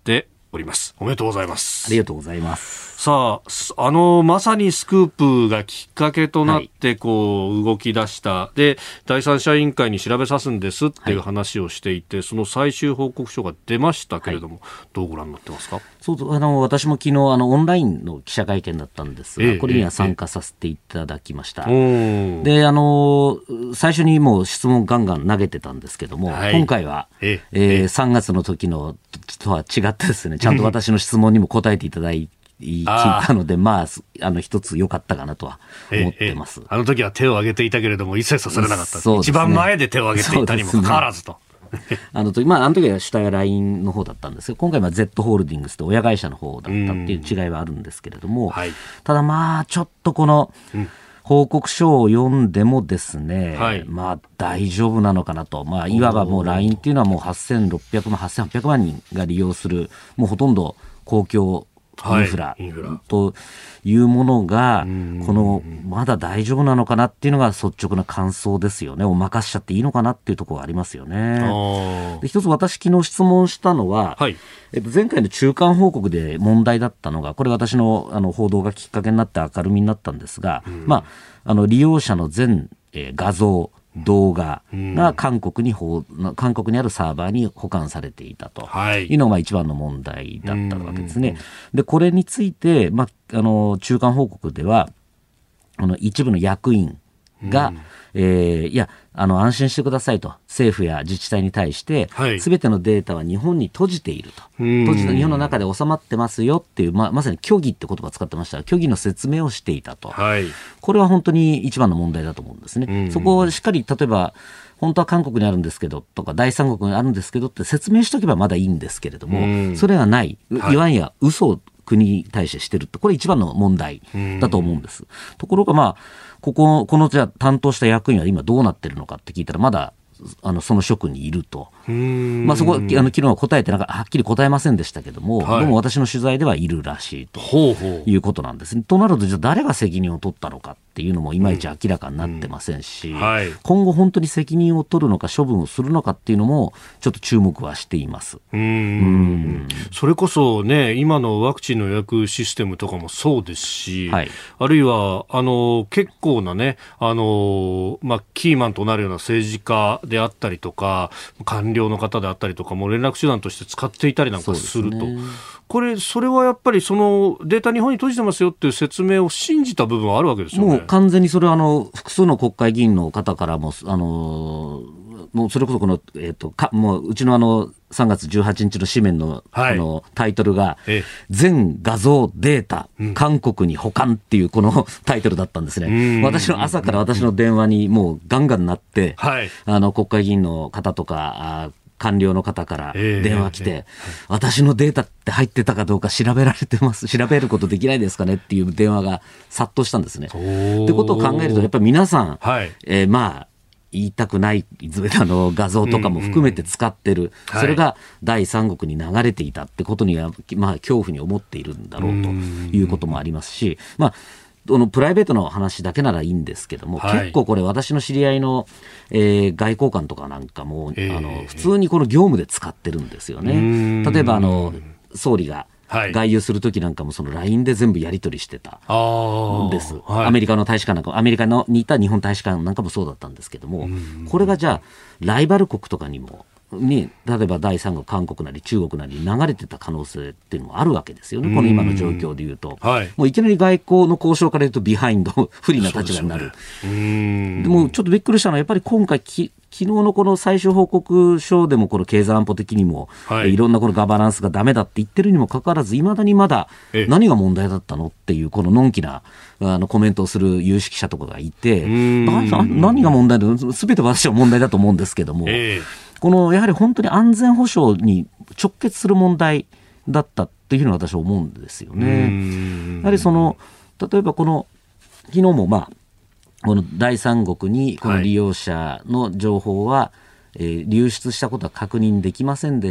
おります。おめでとうございます。 ありがとうございます。 さあ、まさにスクープがきっかけとなって、動き出した。で、第三者委員会に調べさすんですっていう話をしていて、その最終報告書が出ましたけれども、どうご覧になってますか？ 私も昨日、オンラインの記者会見だったんですが、これには参加させていただきました。で、最初にもう質問ガンガン投げてたんですけども、今回は、3月の時のとは違ってですね、ちゃんと私の質問にも答えていただいて、聞いたので、一つ良かったかなとは思ってます。 あの時は手を挙げていたけれども、一切させれなかった。一番前で手を挙げていたにもかかわらずと。 あの時は主体は LINE の方だったんですけど、今回は Z ホールディングスと親会社の方だったっていう違いはあるんですけれども、ただちょっとこの報告書を読んでもですね、大丈夫なのかなと。いわばもう LINE っていうのはもう8600万、8800万人が利用する、もうほとんど公共インフラというものが、まだ大丈夫なのかなっていうのが率直な感想ですよね。任しちゃっていいのかなっていうところがありますよね。で、一つ私昨日質問したのは、前回の中間報告で問題だったのが、これ私の報道がきっかけになって明るみになったんですが、利用者の全画像、動画が韓国にあるサーバーに保管されていたというのが一番の問題だったわけですね。で、これについて、中間報告では一部の役員が、安心してくださいと、政府や自治体に対してすべてのデータは日本に閉じていると、日本の中で収まってますよっていう、まさに虚偽って言葉を使ってましたが、虚偽の説明をしていたと、これは本当に一番の問題だと思うんですね。そこをしっかり、例えば本当は韓国にあるんですけどとか第三国にあるんですけどって説明しておけばまだいいんですけれども、それがない、いわゆる嘘を国に対してしてるって、これ一番の問題だと思うんです。ところがこのじゃあ担当した役員は今どうなってるのかって聞いたら、まだその職にいると。そこは昨日は答えてはっきり答えませんでしたけども、でも私の取材ではいるらしいということなんですね。となると、じゃあ誰が責任を取ったのかっていうのもいまいち明らかになってませんし、今後本当に責任を取るのか処分をするのかっていうのもちょっと注目はしています。 それこそね、今のワクチンの予約システムとかもそうですし、あるいは結構なね、キーマンとなるような政治家であったりとか官僚の方であったりとかも連絡手段として使っていたりなんかすると、それはやっぱりそのデータ日本に閉じてますよっていう説明を信じた部分はあるわけですよね。 もう完全にそれは複数の国会議員の方からももうそれこそもううちの3月18日の紙面のタイトルが、全画像データ、韓国に保管っていうこのタイトルだったんですね。朝から私の電話にもうガンガン鳴って、国会議員の方とか官僚の方から電話来て、私のデータって入ってたかどうか調べることできないですかねっていう電話が殺到したんですね。ってことを考えると、やっぱり皆さん、言いたくない画像とかも含めて使ってる、それが第三国に流れていたってことには、恐怖に思っているんだろうということもありますし、プライベートの話だけならいいんですけども、結構これ私の知り合いの、外交官とかなんかも、普通にこの業務で使ってるんですよね。例えば総理が外遊するときなんかもその LINE で全部やり取りしてたんです。アメリカの大使館なんか、アメリカにいた日本大使館なんかもそうだったんですけども、これがじゃあライバル国とかにも例えば第三国、韓国なり中国なりに流れてた可能性っていうのもあるわけですよね。この今の状況でいうと、もういきなり外交の交渉から言うとビハインド不利な立場になる。でもちょっとびっくりしたのは、やっぱり今回昨日のこの最終報告書でもこの経済安保的にも、いろんなこのガバナンスがダメだって言ってるにもかかわらず、いまだにまだ何が問題だったのっていうこののんきなコメントをする有識者とかがいて、何が問題だ、全て私は問題だと思うんですけども、このやはり本当に安全保障に直結する問題だったっていうふうに私は思うんですよね。やはり例えば昨日もこの第三国にこの利用者の情報は、流出したことは確認できませんでしたっ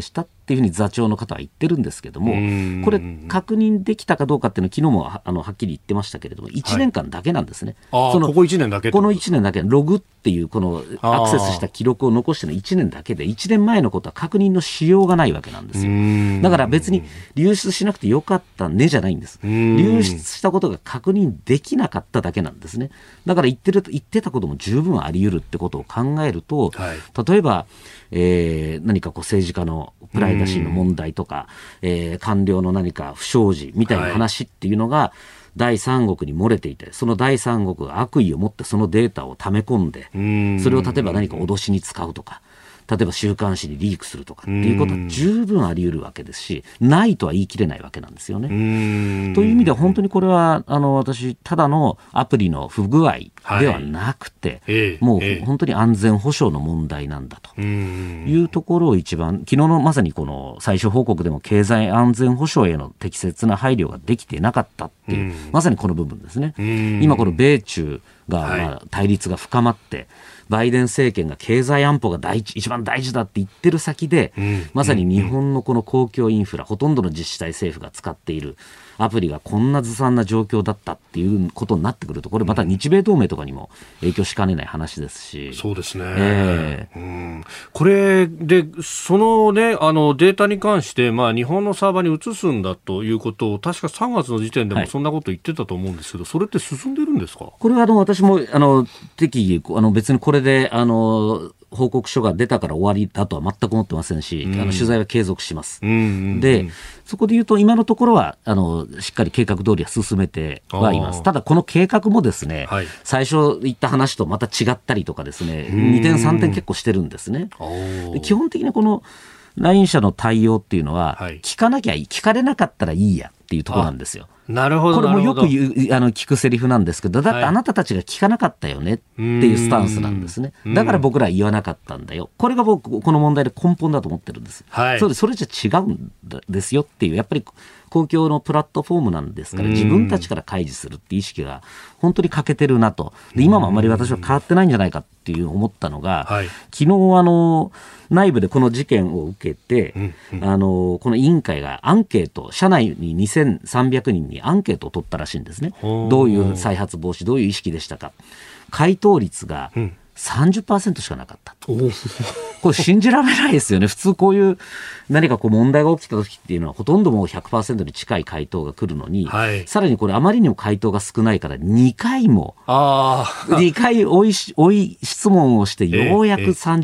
っていうふうに座長の方は言ってるんですけども、これ確認できたかどうかっていうのは昨日もはっきり言ってましたけれども、1年間だけなんですね。 ここ1年だけ。 この1年だけ、ログっていうこのアクセスした記録を残しての1年だけで、1年前のことは確認のしようがないわけなんですよ。だから別に流出しなくてよかったねじゃないんです。流出したことが確認できなかっただけなんですね。だから言ってたことも十分あり得るってことを考えると、例えば何かこう政治家のプライバシーの問題とか、官僚の何か不祥事みたいな話っていうのが、第三国に漏れていて、その第三国が悪意を持ってそのデータを溜め込んで、それを例えば何か脅しに使うとか、例えば週刊誌にリークするとかっていうことは十分あり得るわけですし、ないとは言い切れないわけなんですよね。という意味では本当にこれは私ただのアプリの不具合ではなくて、もう本当に安全保障の問題なんだというところを一番、昨日のまさにこの最終報告でも経済安全保障への適切な配慮ができていなかったっていう、まさにこの部分ですね。今この米中が対立が深まって、バイデン政権が経済安保が一番大事だって言ってる先で、まさに日本のこの公共インフラ、ほとんどの自治体政府が使っているアプリがこんなずさんな状況だったっていうことになってくると、これまた日米同盟とかにも影響しかねない話ですし。 そうですね。これでそのね、データに関して、日本のサーバーに移すんだということを確か3月の時点でもそんなこと言ってたと思うんですけど、それって進んでるんですか？ これは私も適宜別にこれで報告書が出たから終わりだとは全く思ってませんし、取材は継続します。で、そこで言うと今のところはしっかり計画通りは進めてはいます。ただこの計画もですね、最初言った話とまた違ったりとかですね、2点3点結構してるんですね。で、基本的にこのLINE 社の対応っていうのは、聞かれなかったらいいやっていうところなんですよ。 なるほど。 これもよく聞くセリフなんですけど、だってあなたたちが聞かなかったよねっていうスタンスなんですね。だから僕らは言わなかったんだよ。これが僕この問題で根本だと思ってるんです。それじゃ違うんですよっていう、やっぱり公共のプラットフォームなんですから、自分たちから開示するっていう意識が本当に欠けてるなと。で、今もあまり私は変わってないんじゃないかっていう思ったのが、昨日内部でこの事件を受けて、この委員会がアンケート、社内に2300人にアンケートを取ったらしいんですね。どういう再発防止、どういう意識でしたか。回答率が30% しかなかった。これ信じられないですよね。普通こういう何かこう問題が起きた時っていうのはほとんどもう 100% に近い回答が来るのに、さらにこれあまりにも回答が少ないから2回追い質問をしてようやく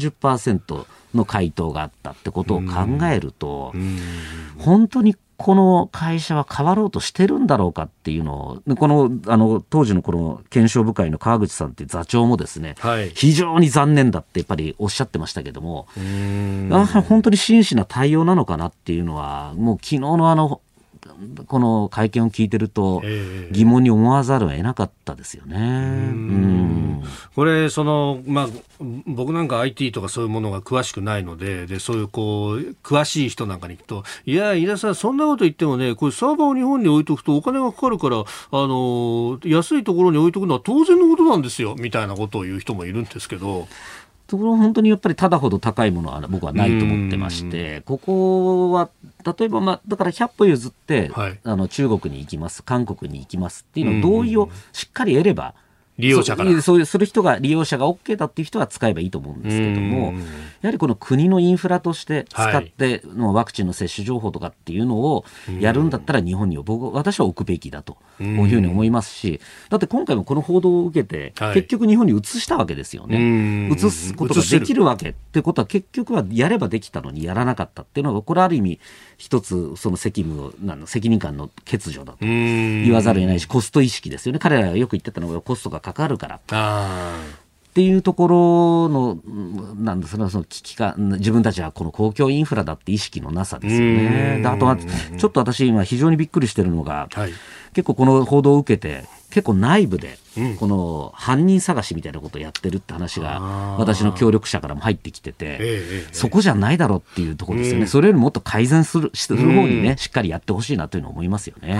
30% の回答があったってことを考えると、本当にこの会社は変わろうとしてるんだろうかっていうのを、この当時のこの検証部会の川口さんっていう座長もですね、非常に残念だってやっぱりおっしゃってましたけども、本当に真摯な対応なのかなっていうのは、もう昨日のこの会見を聞いてると疑問に思わざるを得なかったですよね。 これ僕なんか IT とかそういうものが詳しくないので、そういう詳しい人なんかに行くと、いや井田さんそんなこと言ってもね、これサーバーを日本に置いとくとお金がかかるから、安いところに置いとくのは当然のことなんですよみたいなことを言う人もいるんですけど、 ところ本当にやっぱりただほど高いものは僕はないと思ってまして、ここは例えばだから100歩譲って、中国に行きます、韓国に行きますっていうの同意をしっかり得れば、 利用者からそうする人が利用者が OK だっていう人は使えばいいと思うんですけども、やはりこの国のインフラとして使ってワクチンの接種情報とかっていうのをやるんだったら日本に私は置くべきだというふうに思いますし、だって今回もこの報道を受けて、結局日本に移したわけですよね。移すことができるわけってことは結局はやればできたのにやらなかったっていうのが、これある意味一つその責任感の欠如だと言わざるを得ないし、コスト意識ですよね。彼らがよく言ってたのがコストがかかるからっていうところのなんですね、その危機感、自分たちはこの公共インフラだって意識のなさですよね。あとはちょっと私今非常にびっくりしてるのが、結構この報道を受けて結構内部でこの犯人探しみたいなことをやってるって話が私の協力者からも入ってきてて、そこじゃないだろうっていうところですよね。それよりもっと改善する方にね、しっかりやってほしいなというのを思いますよね。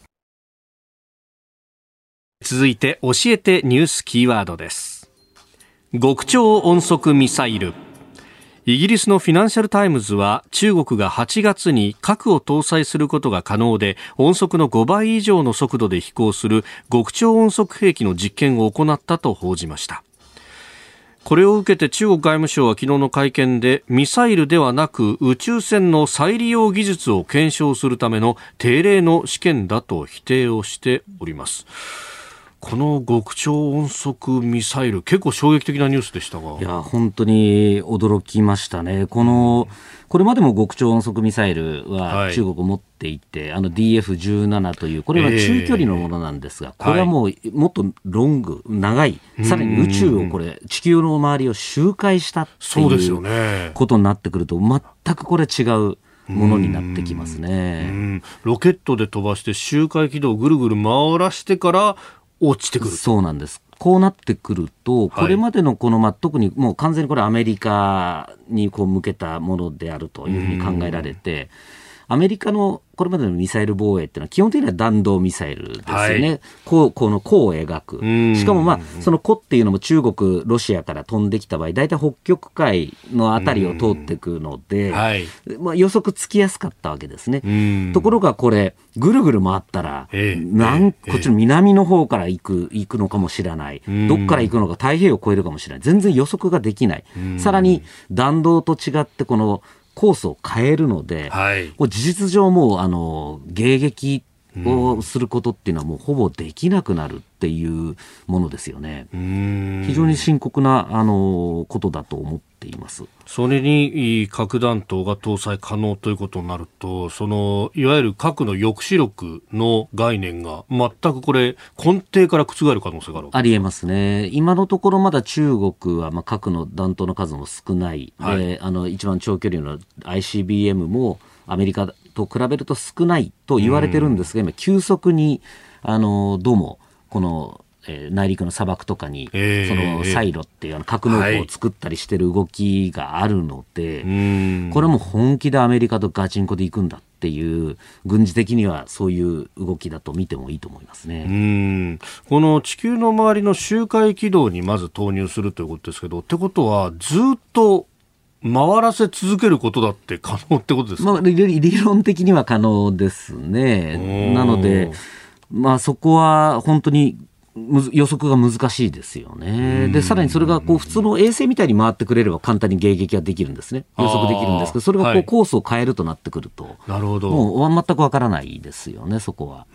続いて教えてニュースキーワードです。極超音速ミサイル。 イギリスのフィナンシャルタイムズは中国が8月に核を搭載することが可能で音速の5倍以上の速度で飛行する極超音速兵器の実験を行ったと報じました。これを受けて中国外務省は昨日の会見でミサイルではなく宇宙船の再利用技術を検証するための定例の試験だと否定をしております。この極超音速ミサイル結構衝撃的なニュースでしたが、 いや本当に驚きましたね。これまでも極超音速ミサイルは中国持っていて、DF-17 というこれは中距離のものなんですが、これはもうもっとロング長い、さらに宇宙を地球の周りを周回したっていうことになってくると全くこれ違うものになってきますね。 ロケットで飛ばして周回軌道をぐるぐる回らしてから落ちてくる。 そうなんです。こうなってくると、これまでの特にもう完全にこれアメリカに向けたものであるというふうに考えられて、アメリカのこれまでのミサイル防衛っていうのは基本的には弾道ミサイルですよね。この弧を描く。しかもその弧っていうのも中国、ロシアから飛んできた場合、大体北極海のあたりを通っていくので、予測つきやすかったわけですね。ところがこれ、ぐるぐる回ったら、こっちの南の方から行くのかもしれない。どっから行くのか太平洋を越えるかもしれない。全然予測ができない。さらに弾道と違ってこのコースを変えるので、事実上もう迎撃をすることっていうのはもうほぼできなくなるっていうものですよね。非常に深刻なことだと思っています。 それに核弾頭が搭載可能ということになると、いわゆる核の抑止力の概念が全くこれ根底から覆る可能性がある。 ありえますね。今のところまだ中国は核の弾頭の数も少ない、で一番長距離の ICBM もアメリカと比べると少ないと言われてるんですが、今急速にどうもこの内陸の砂漠とかに、そのサイロっていう格納庫を作ったりしてる動きがあるので、これはもう本気でアメリカとガチンコで行くんだっていう、軍事的にはそういう動きだと見てもいいと思いますね。 この地球の周りの周回軌道にまず投入するということですけど、ってことはずっと回らせ続けることだって可能ってことですか？ 理論的には可能ですね。なので、そこは本当に予測が難しいですよね。で、さらにそれが普通の衛星みたいに回ってくれれば簡単に迎撃ができるんですね。予測できるんですけど、それがコースを変えるとなってくると、 なるほど、 もう全くわからないですよね、そこは。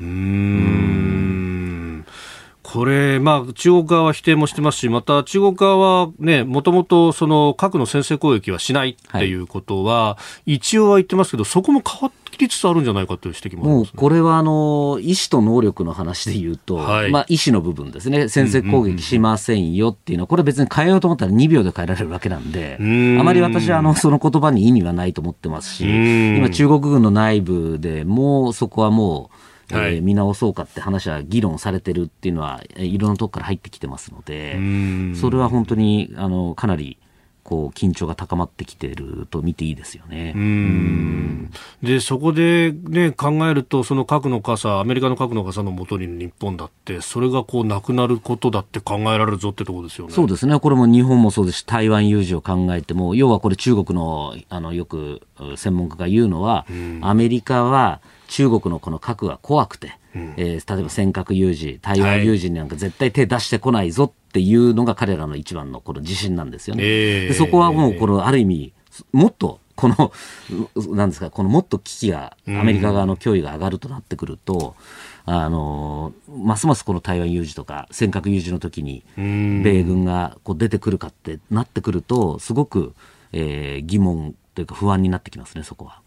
これ、中国側は否定もしてますし、また中国側はね、もともと核の先制攻撃はしないっていうことは、一応は言ってますけど、そこも変わってきつつあるんじゃないかという指摘もありますね。 もうこれは意思と能力の話で言うと、意思の部分ですね。先制攻撃しませんよっていうのは、これ別に変えようと思ったら2秒で変えられるわけなんで、あまり私はその言葉に意味はないと思ってますし、今中国軍の内部でもそこはもう見直そうかって話は議論されてるっていうのはいろんなとこから入ってきてますので、それは本当にかなり緊張が高まってきていると見ていいですよね。 でそこで、考えるとその核の傘、アメリカの核の傘の下に日本だってそれがなくなることだって考えられるぞってところですよね。 そうですね。これも日本もそうですし、台湾有事を考えても、要はこれ中国のよく専門家が言うのは、アメリカは中国のこの核が怖くて、例えば尖閣有事、台湾有事になんか絶対手出してこないぞっていうのが彼らの一番のこの自信なんですよね。でそこはもうある意味もっとなんですか、もっと危機がアメリカ側の脅威が上がるとなってくると、ますますこの台湾有事とか尖閣有事の時に米軍が出てくるかってなってくると、すごく、疑問というか不安になってきますね、そこは。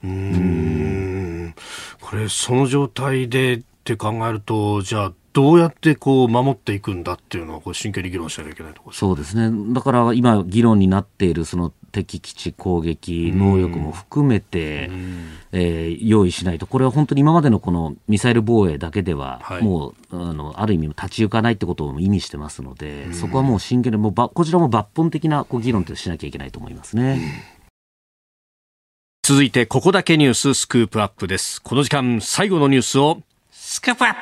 これその状態でって考えると、じゃあどうやって守っていくんだっていうのは真剣に議論しなきゃいけないところです。 そうですね。だから今議論になっているその敵基地攻撃能力も含めて、用意しないと、これは本当に今までのこのミサイル防衛だけではもう、ある意味立ち行かないってことを意味してますので、そこはもう真剣にこちらも抜本的な議論としなきゃいけないと思いますね。 続いてここだけニューススクープアップです。この時間最後のニュースをスクープアップ。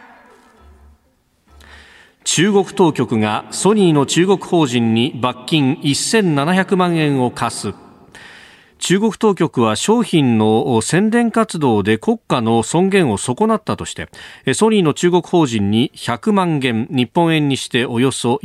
中国当局がソニーの中国法人に罰金1700万円を課す。 中国当局は商品の宣伝活動で国家の尊厳を損なったとしてソニーの中国法人に100万元日本円にしておよそ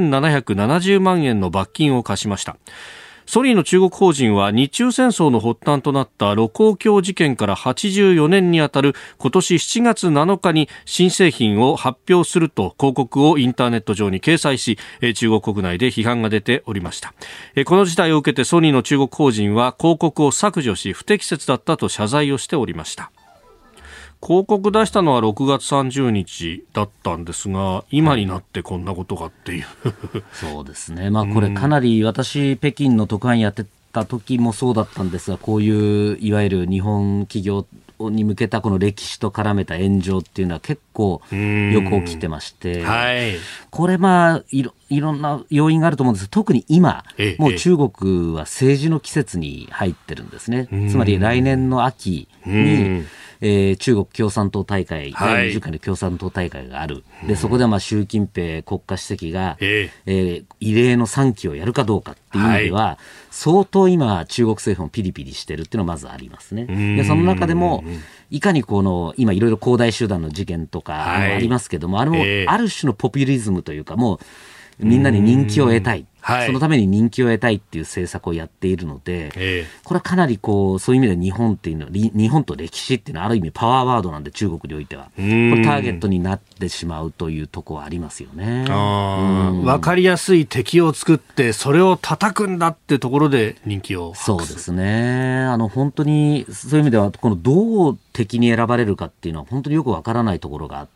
1770万円の罰金を課しました。ソニーの中国法人は日中戦争の発端となった盧溝橋事件から84年にあたる今年7月7日に新製品を発表すると広告をインターネット上に掲載し、中国国内で批判が出ておりました。この事態を受けてソニーの中国法人は広告を削除し不適切だったと謝罪をしておりました。広告出したのは6月30日だったんですが、今になってこんなことがっていうそうですね、これかなり私北京の特派員やってた時もそうだったんですが、こういういわゆる日本企業に向けたこの歴史と絡めた炎上っていうのは結構よく起きてまして、これいろんな要因があると思うんですが、特に今もう中国は政治の季節に入ってるんですね。つまり来年の秋に中国共産党大会、第20回の共産党大会がある。で、そこでは習近平国家主席が、異例の3期をやるかどうかっていう意味では、相当今中国政府もピリピリしてるっていうのはまずありますね。で、その中でもいかに今いろいろ恒大集団の事件とかありますけども、あれもある種のポピュリズムというか、もうみんなに人気を得たい。そのために人気を得たいっていう政策をやっているので、これはかなりそういう意味で日本っていうのは、日本と歴史っていうのはある意味パワーワードなんで、中国においてはこれターゲットになってしまうというところはありますよね。 分かりやすい敵を作ってそれを叩くんだってところで人気をそうですね。本当にそういう意味ではどう敵に選ばれるかっていうのは本当によくわからないところがあって、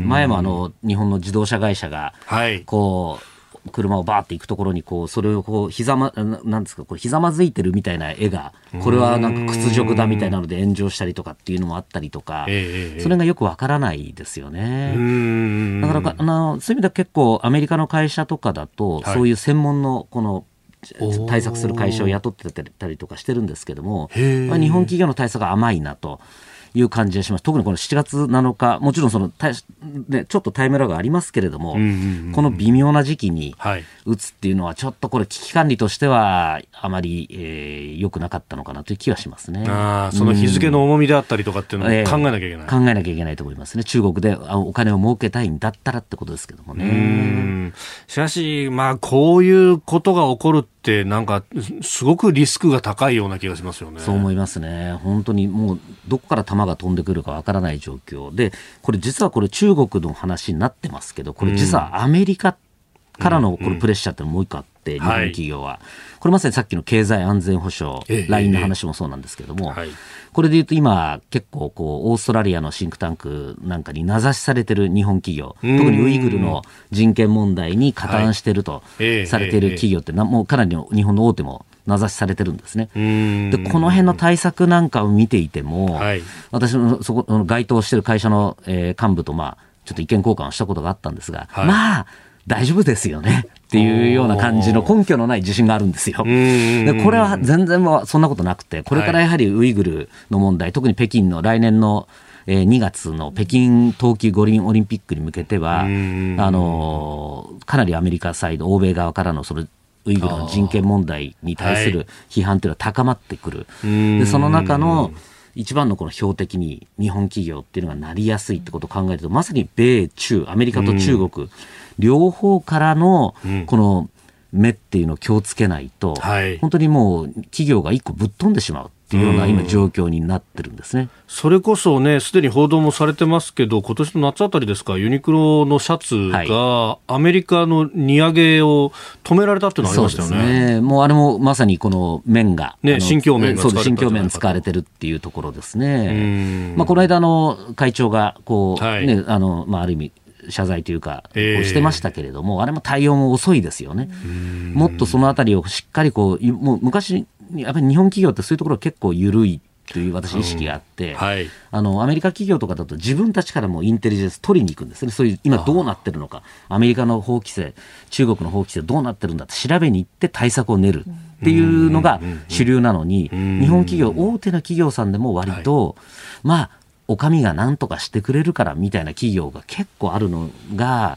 前も日本の自動車会社が車をバーって行くところにそれをひざまずいてるみたいな絵が、これはなんか屈辱だみたいなので炎上したりとかっていうのもあったりとか、それがよくわからないですよね。だからそういう意味では結構アメリカの会社とかだと、そういう専門の対策する会社を雇ってたりとかしてるんですけども、日本企業の対策が甘いなという感じがします。特にこの7月7日、もちろんちょっとタイムラグがありますけれども、この微妙な時期に打つっていうのはちょっとこれ危機管理としてはあまり良くなかったのかなという気はしますね。 その日付の重みであったりとかっていうのも考えなきゃいけない、 考えなきゃいけないと思いますね。中国でお金を儲けたいんだったらってことですけどもね。 しかしこういうことが起こるってなんかすごくリスクが高いような気がしますよね。 そう思いますね。本当にもうどこから弾が飛んでくるかわからない状況で、これ実は中国の話になってますけど、これ実はアメリカからのプレッシャーってのもう一個あって、日本企業はこれまさにさっきの経済安全保障、LINE の話もそうなんですけども、これでいうと今結構オーストラリアのシンクタンクなんかに名指しされてる日本企業、特にウイグルの人権問題に加担しているとされている企業ってもうかなりの日本の大手も名指しされてるんですね。でこの辺の対策なんかを見ていても、私の該当している会社の幹部とちょっと意見交換をしたことがあったんですが、大丈夫ですよねっていうような感じの根拠のない自信があるんですよ。でこれは全然そんなことなくて、これからやはりウイグルの問題、特に北京の来年の2月の北京冬季五輪オリンピックに向けてはかなりアメリカサイド、欧米側からのウイグルの人権問題に対する批判というのは高まってくる。でその中の一番のこの標的に日本企業っていうのがなりやすいってことを考えると、まさに米中アメリカと中国、両方からのこの目っていうのを気をつけないと、本当にもう企業が一個ぶっ飛んでしまうっていうような今状況になってるんですね。 それこそね、すでに報道もされてますけど、今年の夏あたりですか、ユニクロのシャツがアメリカの荷上げを止められたっていうのがありましたよね。 そうですね。もうあれもまさにこの綿が、 新疆綿が使われてるっていうところですね。この間会長がある意味謝罪というかしてましたけれども、あれも対応も遅いですよね。もっとそのあたりをしっかりもう昔やっぱり日本企業ってそういうところは結構緩いという私意識があって、アメリカ企業とかだと自分たちからもインテリジェンス取りに行くんですね。そういう今どうなってるのか、アメリカの法規制、中国の法規制どうなってるんだって調べに行って対策を練るっていうのが主流なのに、日本企業、大手の企業さんでも割とお上が何とかしてくれるからみたいな企業が結構あるのが、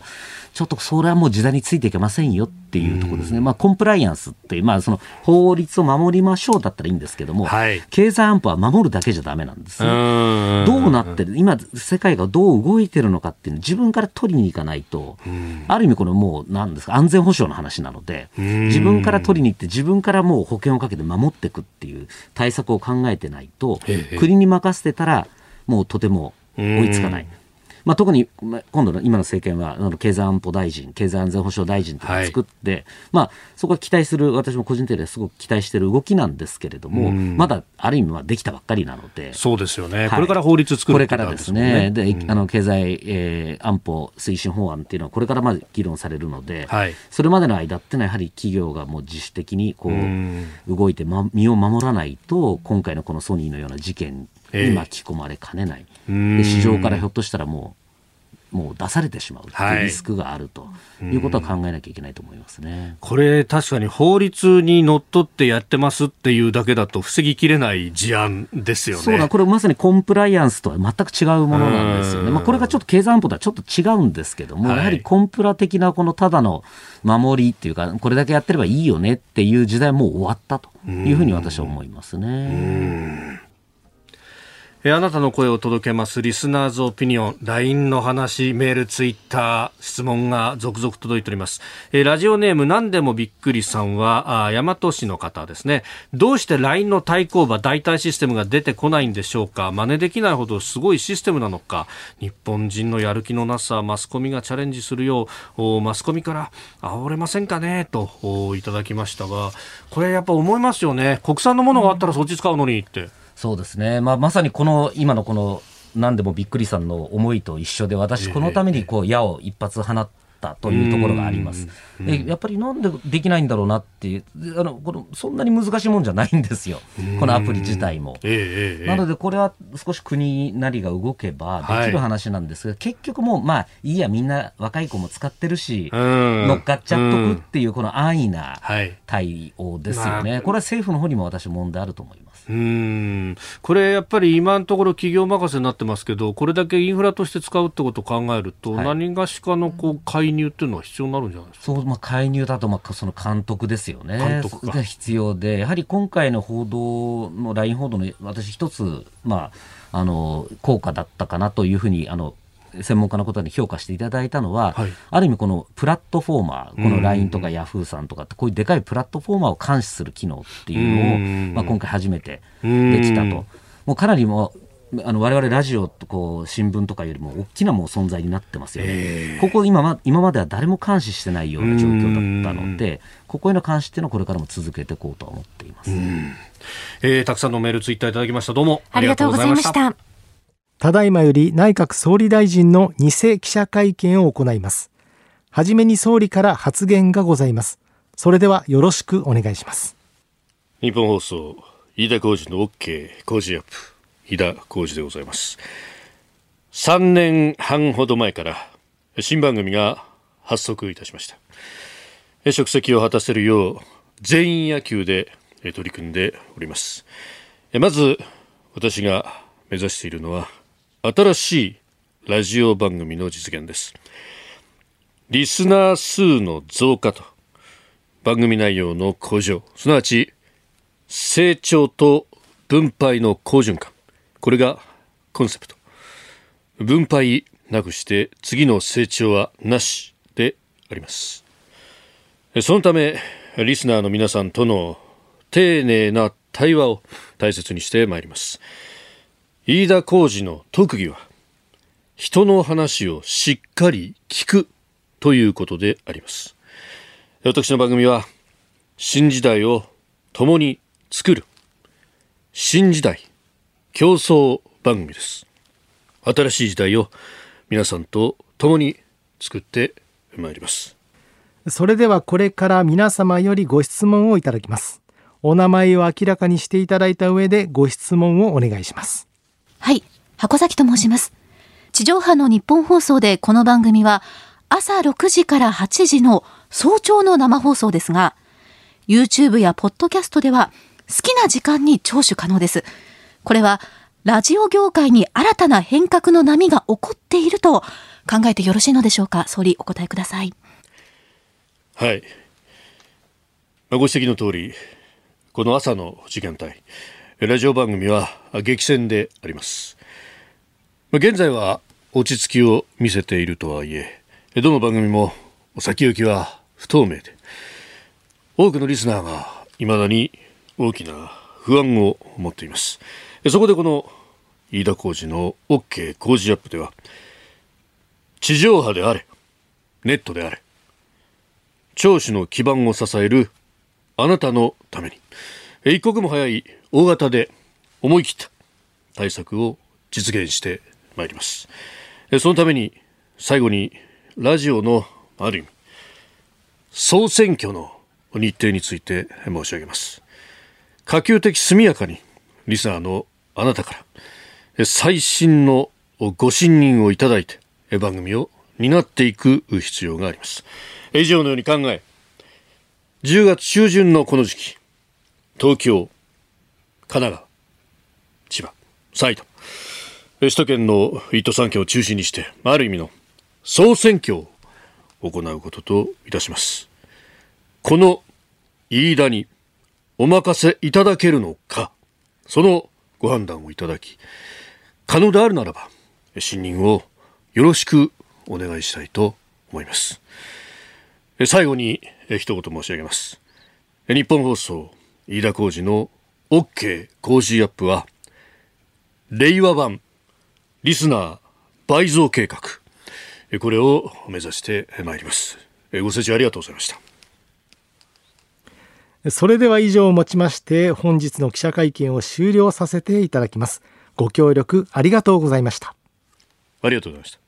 ちょっとそれはもう時代についていけませんよっていうところですね。コンプライアンスっていう、その法律を守りましょうだったらいいんですけども、経済安保は守るだけじゃダメなんですね。どうなってる、今世界がどう動いてるのかっていうのを自分から取りに行かないと、ある意味これもう何ですか、安全保障の話なので、自分から取りに行って自分からもう保険をかけて守っていくっていう対策を考えてないと、国に任せてたらもうとても追いつかない。特に今度の今の政権は経済安保大臣、経済安全保障大臣というのを作って、そこは期待する、私も個人的にはすごく期待している動きなんですけれども、まだある意味はできたばっかりなので。 そうですよね、これから法律作るこれからですね。で、経済、安保推進法案っていうのはこれから議論されるので、それまでの間っていうのはやはり企業がもう自主的に動いて、身を守らないと、今回のこのソニーのような事件に巻き込まれかねない。で、市場からひょっとしたらもう出されてしまうというリスクがあるということは考えなきゃいけないと思いますね。 これ確かに法律にのっとってやってますっていうだけだと防ぎきれない事案ですよね。 そうだ、これまさにコンプライアンスとは全く違うものなんですよね。これがちょっと経済安保とはちょっと違うんですけども、やはりコンプラ的なこのただの守りっていうか、これだけやってればいいよねっていう時代はもう終わったというふうに私は思いますね。 あなたの声を届けますリスナーズオピニオン、 LINE の話、メール、ツイッター、質問が続々届いております。ラジオネーム何でもびっくりさんは大和市の方ですね。どうして LINE の対抗馬、代替システムが出てこないんでしょうか。真似できないほどすごいシステムなのか。日本人のやる気のなさ、マスコミがチャレンジするようマスコミから煽れませんかねといただきましたが、これやっぱ思いますよね。国産のものがあったらそっち使うのにって。 そうですね。まさに今のこの何でもびっくりさんの思いと一緒で、私このために矢を一発放ったというところがあります。やっぱりなんでできないんだろうなっていう、そんなに難しいもんじゃないんですよ、このアプリ自体も。なのでこれは少し国なりが動けばできる話なんですが、結局もういいや、みんな若い子も使ってるし乗っかっちゃっとくっていうこの安易な対応ですよね。これは政府の方にも私問題あると思います。 これやっぱり今のところ企業任せになってますけど、これだけインフラとして使うってことを考えると、何がしかの介入っていうのは必要になるんじゃないですか。 そう、介入だとその監督ですよね。監督が必要で、やはり今回の報道の LINE 報道の私一つ効果だったかなというふうに専門家の方に評価していただいたのは、ある意味このプラットフォーマー、この LINE とか Yahoo さんとかってこういうでかいプラットフォーマーを監視する機能っていうのを今回初めてできたと。もうかなり我々ラジオと新聞とかよりも大きなもう存在になってますよね。ここ今までは誰も監視してないような状況だったので、ここへの監視っていうのはこれからも続けていこうと思っています。 たくさんのメール、ツイッターいただきました。どうもありがとうございました。 ただいまより内閣総理大臣の偽記者会見を行います。はじめに総理から発言がございます。それではよろしくお願いします。 日本放送飯田浩司の OK 工事アップ、飯田浩司でございます。3年半ほど前から新番組が発足いたしました。職責を果たせるよう全員野球で取り組んでおります。まず私が目指しているのは新しいラジオ番組の実現です。リスナー数の増加と番組内容の向上、すなわち成長と分配の好循環、これがコンセプト。分配なくして次の成長はなしであります。そのためリスナーの皆さんとの丁寧な対話を大切にしてまいります。飯田浩司の特技は人の話をしっかり聞くということであります。私の番組は新時代を共に作る新時代競争番組です。新しい時代を皆さんと共に作ってまいります。 それではこれから皆様よりご質問をいただきます。お名前を明らかにしていただいた上でご質問をお願いします。 はい、箱崎と申します。地上波の日本放送でこの番組は朝6時から8時の早朝の生放送ですが、 YouTube やポッドキャストでは好きな時間に聴取可能です。これはラジオ業界に新たな変革の波が起こっていると考えてよろしいのでしょうか。総理、お答えください。 はい、ご指摘の通り、この朝の時間帯、ラジオ番組は激戦であります。現在は落ち着きを見せているとはいえ、どの番組も先行きは不透明で、多くのリスナーが未だに大きな不安を持っています。そこでこの飯田浩司の OK 工事アップでは、地上波であれネットであれ、聴取の基盤を支えるあなたのために、一刻も早い大型で思い切った対策を実現してまいります。そのために最後にラジオのある意味総選挙の日程について申し上げます。可及的速やかにリスナーのあなたから最新のご信任をいただいて番組を担っていく必要があります。以上のように考え、10月中旬のこの時期、東京、神奈川、千葉、埼玉、首都圏の1都3県を中心にしてある意味の総選挙を行うことといたします。この飯田にお任せいただけるのか、そのご判断をいただき、可能であるならば信任をよろしくお願いしたいと思います。最後に一言申し上げます。日本放送飯田浩司の OK 工事アップは令和版リスナー倍増計画、これを目指してまいります。ご清聴ありがとうございました。 それでは以上をもちまして本日の記者会見を終了させていただきます。ご協力ありがとうございました。 ありがとうございました。